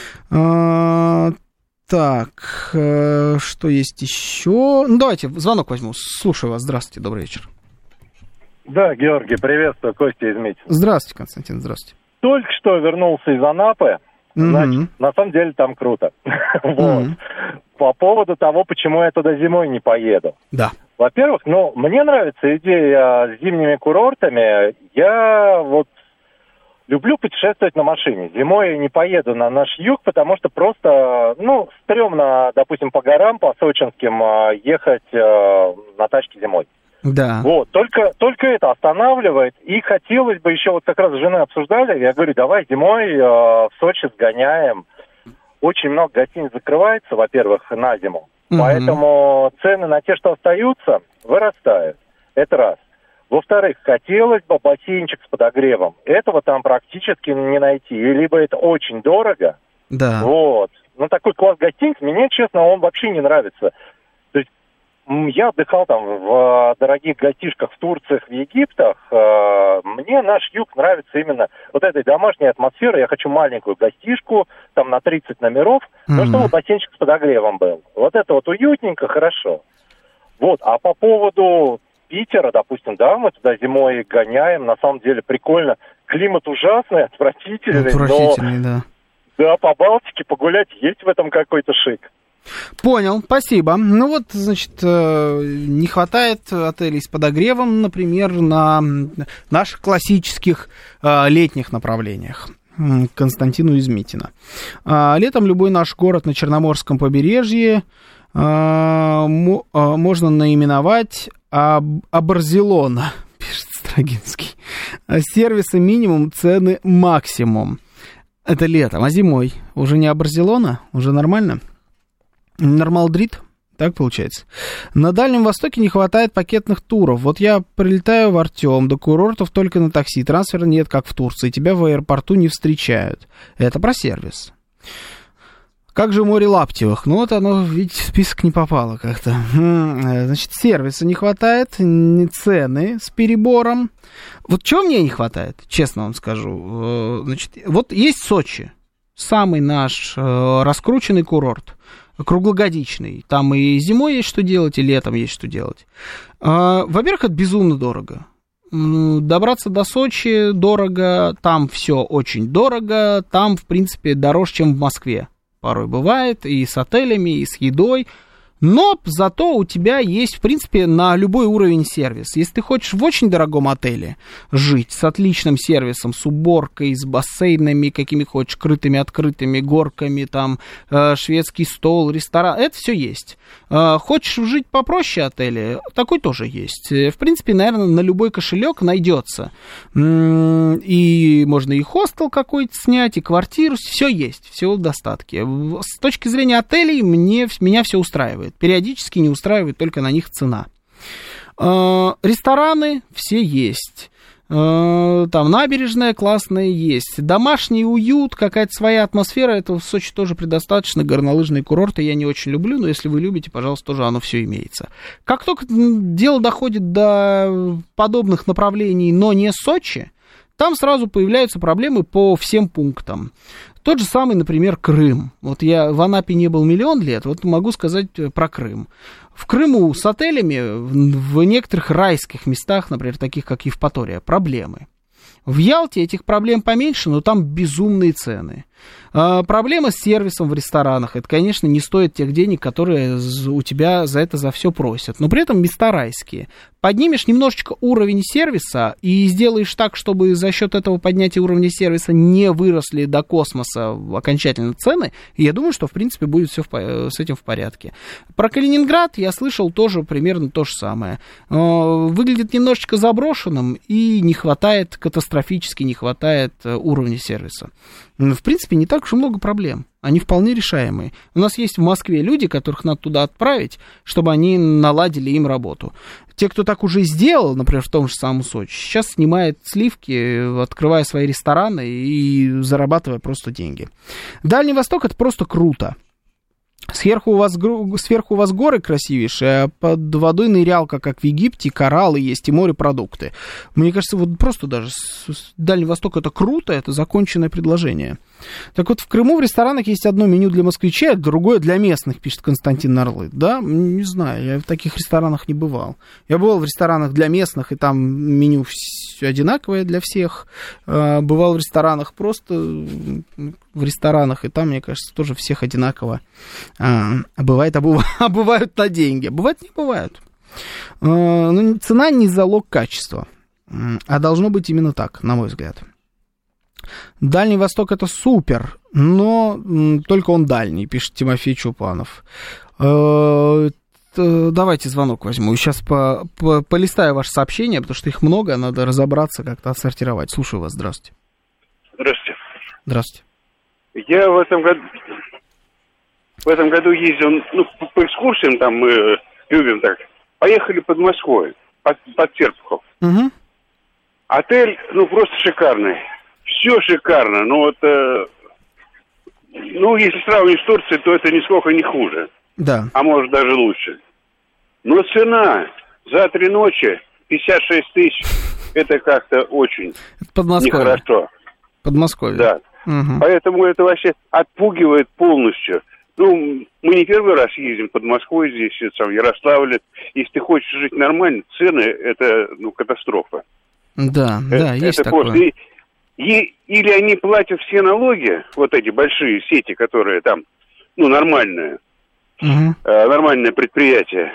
Э, Так, э, что есть еще? Ну, давайте звонок возьму. Слушаю вас. Здравствуйте, добрый вечер. Да, Георгий, приветствую. Костя из Митина. Здравствуйте, Константин, здравствуйте. Только что вернулся из Анапы. Mm-hmm. Значит, на самом деле там круто. Вот. Mm-hmm. По поводу того, почему я туда зимой не поеду. Да. Во-первых, ну, мне нравится идея с зимними курортами. Я вот люблю путешествовать на машине. Зимой я не поеду на наш юг, потому что просто, ну, стрёмно, допустим, по горам, по сочинским ехать э, на тачке зимой. Да. Вот, только, только это останавливает. И хотелось бы еще, вот как раз с женой обсуждали, я говорю, давай зимой э, в Сочи сгоняем. Очень много гостиниц закрывается, во-первых, на зиму. Угу. Поэтому цены на те, что остаются, вырастают. Это раз. Во-вторых, хотелось бы бассейнчик с подогревом. Этого там практически не найти. Либо это очень дорого. Да. Вот. Ну, такой класс гостиниц, мне, честно, он вообще не нравится. То есть я отдыхал там в дорогих гостишках в Турциях, в Египтах. Мне наш юг нравится именно вот этой домашней атмосферой. Я хочу маленькую гостишку, там на тридцать номеров, mm-hmm. но чтобы бассейнчик с подогревом был. Вот это вот уютненько, хорошо. Вот. А по поводу Питера, допустим, да, мы туда зимой гоняем, на самом деле прикольно. Климат ужасный, отвратительный, отвратительный, но... да. Да, по Балтике погулять есть в этом какой-то шик. Понял, спасибо. Ну вот, значит, не хватает отелей с подогревом, например, на наших классических летних направлениях. Константину из Митина. Летом любой наш город на Черноморском побережье можно наименовать Барселона, пишет Строгинский. Сервисы минимум, цены максимум. Это летом, а зимой уже не Барселона, уже нормально? Нормалдрит, так получается. На Дальнем Востоке не хватает пакетных туров. Вот я прилетаю в Артем, до курортов только на такси, трансфера нет, как в Турции, тебя в аэропорту не встречают. Это про сервис. Как же море Лаптевых? Ну вот оно, видите, в список не попало как-то. Значит, сервиса не хватает, цены с перебором. Вот чего мне не хватает, честно вам скажу. Значит, вот есть Сочи, самый наш раскрученный курорт, круглогодичный. Там и зимой есть что делать, и летом есть что делать. Во-первых, это безумно дорого. Добраться до Сочи дорого, там все очень дорого, там, в принципе, дороже, чем в Москве. Порой бывает, и с отелями, и с едой. Но зато у тебя есть, в принципе, на любой уровень сервис. Если ты хочешь в очень дорогом отеле жить, с отличным сервисом, с уборкой, с бассейнами, какими хочешь, крытыми, открытыми, горками, там, э, шведский стол, ресторан, это все есть. Э, хочешь жить попроще отеле, такой тоже есть. В принципе, наверное, на любой кошелек найдется. И можно и хостел какой-то снять, и квартиру, все есть, все в достатке. С точки зрения отелей, мне, меня все устраивает. Периодически не устраивает только на них цена. Э, рестораны все есть. Э, там набережная классная есть. Домашний уют, какая-то своя атмосфера. Этого в Сочи тоже предостаточно. Горнолыжные курорты я не очень люблю, но если вы любите, пожалуйста, тоже оно все имеется. Как только дело доходит до подобных направлений, но не Сочи, там сразу появляются проблемы по всем пунктам. Тот же самый, например, Крым. Вот я в Анапе не был миллион лет, вот могу сказать про Крым. В Крыму с отелями в некоторых райских местах, например, таких как Евпатория, проблемы. В Ялте этих проблем поменьше, но там безумные цены. А, проблема с сервисом в ресторанах. Это, конечно, не стоит тех денег, которые у тебя за это за все просят. Но при этом места райские. Поднимешь немножечко уровень сервиса и сделаешь так, чтобы за счет этого поднятия уровня сервиса не выросли до космоса окончательно цены, и я думаю, что, в принципе, будет все с этим в порядке. Про Калининград я слышал тоже примерно то же самое. Выглядит немножечко заброшенным, и не хватает, катастрофически не хватает уровня сервиса. В принципе, не так уж и много проблем. Они вполне решаемые. У нас есть в Москве люди, которых надо туда отправить, чтобы они наладили им работу. Те, кто так уже сделал, например, в том же самом Сочи, сейчас снимает сливки, открывая свои рестораны и зарабатывая просто деньги. Дальний Восток — это просто круто. Сверху у, вас, сверху у вас горы красивейшие, а под водой нырялка, как в Египте, кораллы есть и морепродукты. Мне кажется, вот просто даже Дальний Восток — это круто, это законченное предложение. Так вот, в Крыму в ресторанах есть одно меню для москвичей, а другое для местных, пишет Константин Нарлы. Да, не знаю, я в таких ресторанах не бывал. Я бывал в ресторанах для местных, и там меню все одинаковое для всех. Бывал в ресторанах просто в ресторанах, и там, мне кажется, тоже всех одинаково. А бывает, а бывают, а бывают на деньги. Бывает, не бывают. Но цена не залог качества. А должно быть именно так, на мой взгляд. Дальний Восток — это супер, но только он дальний, пишет Тимофей Чупанов. Давайте звонок возьму. Сейчас по, по, полистаю ваши сообщения, потому что их много, надо разобраться, как-то отсортировать. Слушаю вас, здравствуйте. Здравствуйте. Здравствуйте. Я в этом году, в этом году ездил, ну, по, по экскурсиям, там мы любим так. Поехали под Москвой, под, под Серпухов. Угу. Отель, ну, просто шикарный. Все шикарно, но вот, э, ну, если сравнивать с Турцией, то это нисколько не хуже. Да. А может даже лучше. Но цена за три ночи пятьдесят шесть тысяч, это как-то очень нехорошо. Подмосковье. Да. Угу. Поэтому это вообще отпугивает полностью. Ну, мы не первый раз ездим под Москвой, здесь, в Ярославле. Если ты хочешь жить нормально, цены, это, ну, катастрофа. Да, это, да, есть это такое. И, и, или они платят все налоги, вот эти большие сети, которые там, ну, нормальные, угу. э, нормальное предприятие,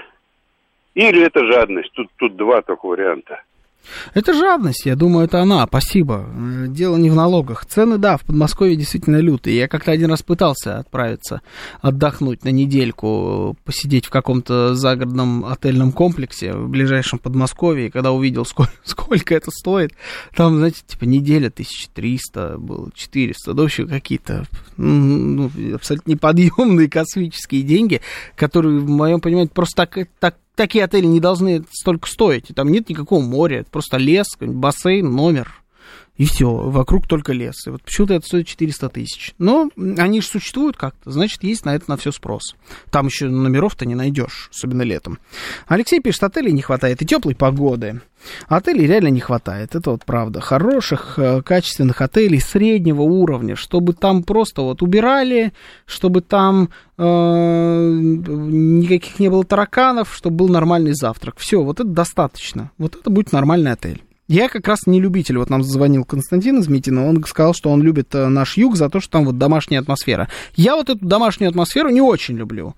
или это жадность. Тут, тут два только варианта. Это жадность, я думаю, это она, спасибо. Дело не в налогах. Цены, да, в Подмосковье действительно лютые. Я как-то один раз пытался отправиться отдохнуть на недельку, посидеть в каком-то загородном отельном комплексе в ближайшем Подмосковье, и когда увидел, сколько, сколько это стоит, там, знаете, типа неделя тысяча триста было, четыреста, да, вообще какие-то ну, абсолютно неподъемные космические деньги, которые, в моем понимании, просто так, так такие отели не должны столько стоить. Там нет никакого моря, это просто лес, бассейн, номер. И все, вокруг только лес. И вот почему-то это стоит четыреста тысяч. Но они же существуют как-то, значит, есть на это на все спрос. Там еще номеров-то не найдешь, особенно летом. Алексей пишет, отелей не хватает и теплой погоды. Отелей реально не хватает, это вот правда. Хороших, качественных отелей среднего уровня, чтобы там просто вот убирали, чтобы там э, никаких не было тараканов, чтобы был нормальный завтрак. Все, вот это достаточно. Вот это будет нормальный отель. Я как раз не любитель, вот нам звонил Константин из Митина, он сказал, что он любит наш юг за то, что там вот домашняя атмосфера. Я вот эту домашнюю атмосферу не очень люблю.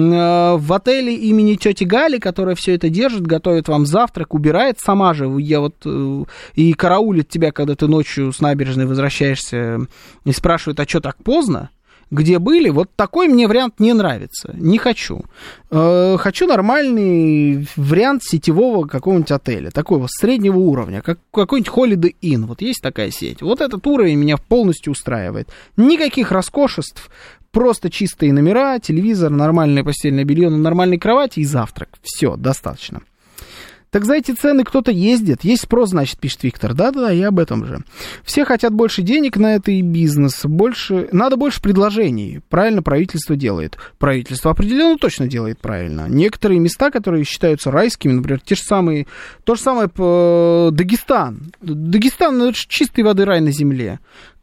В отеле имени тети Гали, которая все это держит, готовит вам завтрак, убирает сама же, я вот, и караулит тебя, когда ты ночью с набережной возвращаешься, и спрашивает, а что так поздно? Где были, вот такой мне вариант не нравится, не хочу. Э, хочу нормальный вариант сетевого какого-нибудь отеля, такого среднего уровня, как какой-нибудь Holiday Inn, вот есть такая сеть. Вот этот уровень меня полностью устраивает. Никаких роскошеств, просто чистые номера, телевизор, нормальное постельное белье на нормальной кровати и завтрак. Все, достаточно. Так за эти цены кто-то ездит. Есть спрос, значит, пишет Виктор. Да-да-да, я об этом же. Все хотят больше денег на это и бизнес. Больше... Надо больше предложений. Правильно правительство делает. Правительство определенно точно делает правильно. Некоторые места, которые считаются райскими, например, те же самые... То же самое Дагестан. Дагестан, ну, это же чистой воды рай на земле.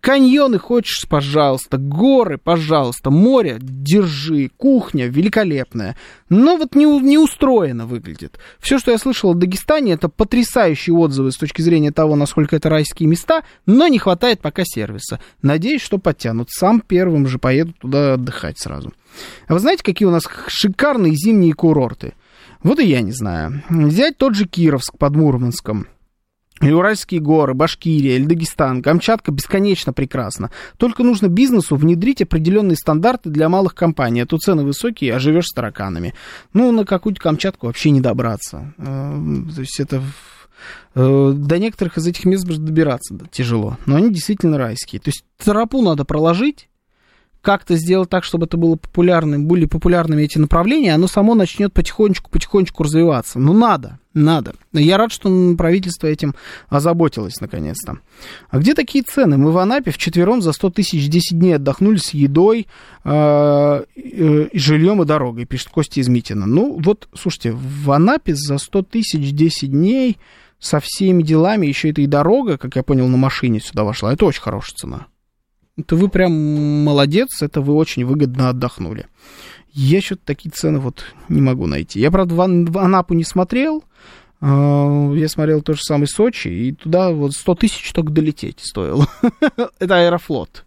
Каньоны хочешь, пожалуйста, горы, пожалуйста, море, держи, кухня великолепная. Но вот не, не устроено выглядит. Все, что я слышал о Дагестане, это потрясающие отзывы с точки зрения того, насколько это райские места, но не хватает пока сервиса. Надеюсь, что подтянут. Сам первым же поеду туда отдыхать сразу. А вы знаете, какие у нас шикарные зимние курорты? Вот и я не знаю. Взять тот же Кировск под Мурманском. И Уральские горы, Башкирия, или Дагестан, Камчатка бесконечно прекрасна. Только нужно бизнесу внедрить определенные стандарты для малых компаний. А то цены высокие, а живешь с тараканами. Ну, на какую-то Камчатку вообще не добраться. То есть это... До некоторых из этих мест добираться тяжело. Но они действительно райские. То есть тропу надо проложить, как-то сделать так, чтобы это было популярным, были популярными эти направления, оно само начнет потихонечку-потихонечку развиваться. Ну, надо, надо. Я рад, что правительство этим озаботилось, наконец-то. А где такие цены? Мы в Анапе вчетвером за сто тысяч десять дней отдохнули с едой, э, э, жильем и дорогой, пишет Костя из Митина. Ну, вот, слушайте, в Анапе за сто тысяч десять дней со всеми делами, еще это и дорога, как я понял, на машине сюда вошла. Это очень хорошая цена. Это вы прям молодец, это вы очень выгодно отдохнули. Я что-то такие цены вот не могу найти. Я, правда, в, Ан- в Анапу не смотрел. Я смотрел тот же самый Сочи, и туда вот сто тысяч только долететь стоило. Это Аэрофлот.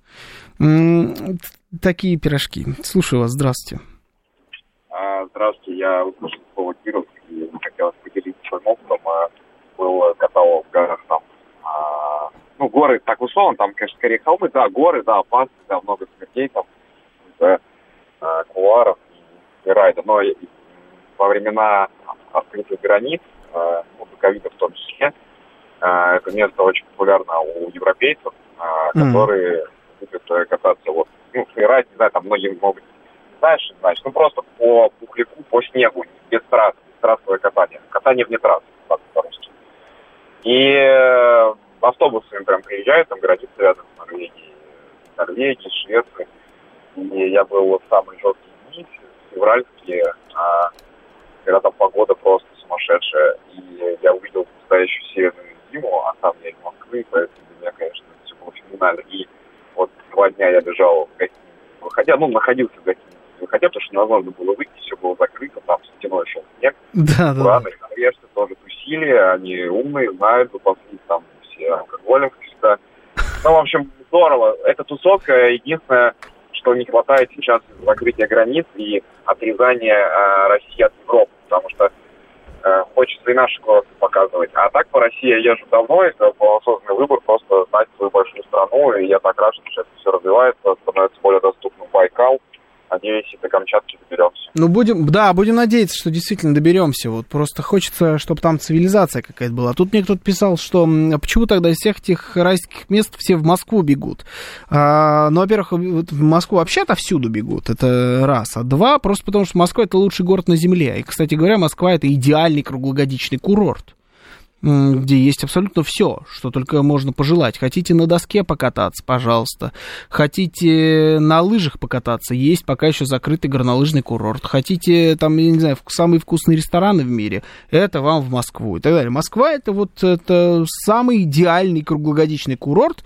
Такие пирожки. Слушаю вас, здравствуйте. Здравствуйте, я услышал слово Кировск, и хотелось поделиться своим опытом. Был, катал в горах там. Ну, горы так условно, там, конечно, скорее холмы, да, горы, да, опасные, да, много смертей, там, да, кулуаров и, и райда. Но и, и во времена открытых границ, э, ну, до ковида в том числе, э, это место очень популярно у европейцев, э, mm-hmm. которые любят кататься вот, ну, фрирайд, не знаю, там многие могут, знаешь, знаешь, ну, просто по пухляку, по снегу, без трасс, без трассовое катание, катание вне трассы, по-русски. И э, автобусами прям приезжают, там границы рядом с Норвегией, Норвегией, Швецией. И я был вот в самые жесткие дни, февральские, а, когда там погода просто сумасшедшая. И я увидел настоящую северную зиму, а сам я из Москвы, поэтому для меня, конечно, все было феноменально. И вот два дня я лежал в гостинице, выходя, ну, находился в гостинице, выходя, потому что невозможно было выйти, все было закрыто, там стеной шел снег. Да, да. Ураны, норвежцы тоже тусили, они умные, знают, запаслись там алкоголем всегда. Ну, в общем, здорово. Эта тусовка единственное, что не хватает сейчас закрытия границ и отрезания э, России от Европы, потому что э, хочется и наши курорты показывать. А так по России я езжу давно, это был осознанный выбор, просто знать свою большую страну, и я так рад, что сейчас все развивается, становится более доступным Байкал. Надеюсь, и до Камчатки доберемся. Ну, будем, да, будем надеяться, что действительно доберемся. Вот просто хочется, чтобы там цивилизация какая-то была. Тут мне кто-то писал, что а почему тогда из всех этих райских мест все в Москву бегут? А, ну, во-первых, в Москву вообще отовсюду бегут, это раз. А два, просто потому что Москва — это лучший город на земле. И, кстати говоря, Москва — это идеальный круглогодичный курорт, где есть абсолютно все, что только можно пожелать. Хотите на доске покататься, пожалуйста. Хотите на лыжах покататься, есть пока еще закрытый горнолыжный курорт. Хотите, там, я не знаю, самые вкусные рестораны в мире, это вам в Москву и так далее. Москва — это вот это самый идеальный круглогодичный курорт,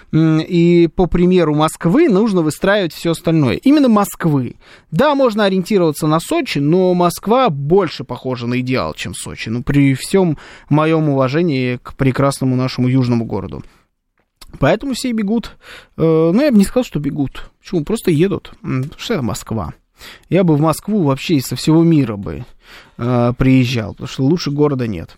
и по примеру Москвы нужно выстраивать все остальное. Именно Москвы. Да, можно ориентироваться на Сочи, но Москва больше похожа на идеал, чем Сочи. Ну, при всем моем уважении к прекрасному нашему южному городу. Поэтому все бегут. Ну, я бы не сказал, что бегут. Почему? Просто едут. Что это Москва? Я бы в Москву вообще со всего мира бы э, приезжал, потому что лучше города нет.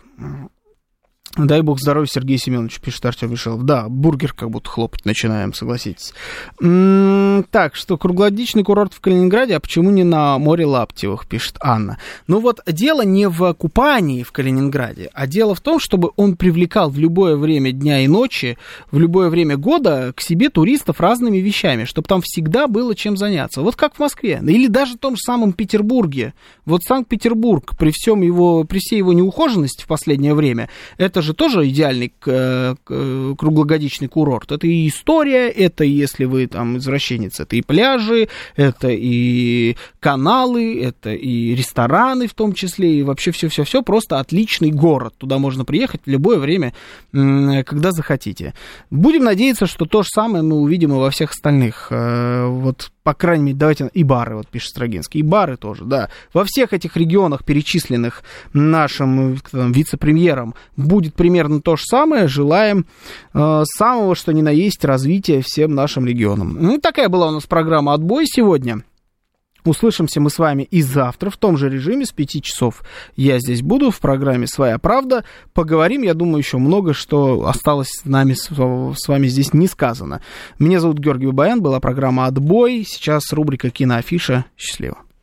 Дай бог здоровья Сергею Семеновичу, пишет Артем Мишелов. Да, бургер как будто хлопать начинаем, согласитесь. М-м, так, что круглогодичный курорт в Калининграде, а почему не на море Лаптевых, пишет Анна. Ну вот дело не в купании в Калининграде, а дело в том, чтобы он привлекал в любое время дня и ночи, в любое время года к себе туристов разными вещами, чтобы там всегда было чем заняться. Вот как в Москве, или даже в том же самом Петербурге. Вот Санкт-Петербург, при всем его, при всей его неухоженности в последнее время, это же же тоже идеальный круглогодичный курорт. Это и история, это, если вы там извращенец, это и пляжи, это и каналы, это и рестораны в том числе, и вообще все-все-все. Просто отличный город. Туда можно приехать в любое время, когда захотите. Будем надеяться, что то же самое мы увидим и во всех остальных. Вот, по крайней мере, давайте... И бары, вот пишет Строгинский. И бары тоже, да. Во всех этих регионах, перечисленных нашим там, вице-премьером, будет примерно то же самое. Желаем э, самого, что ни на есть, развития всем нашим регионам. Ну, такая была у нас программа «Отбой» сегодня. Услышимся мы с вами и завтра в том же режиме с пяти часов. Я здесь буду в программе «Своя правда». Поговорим, я думаю, еще много, что осталось с нами, с вами здесь не сказано. Меня зовут Георгий Бабаян, была программа «Отбой». Сейчас рубрика «Киноафиша». Счастливо.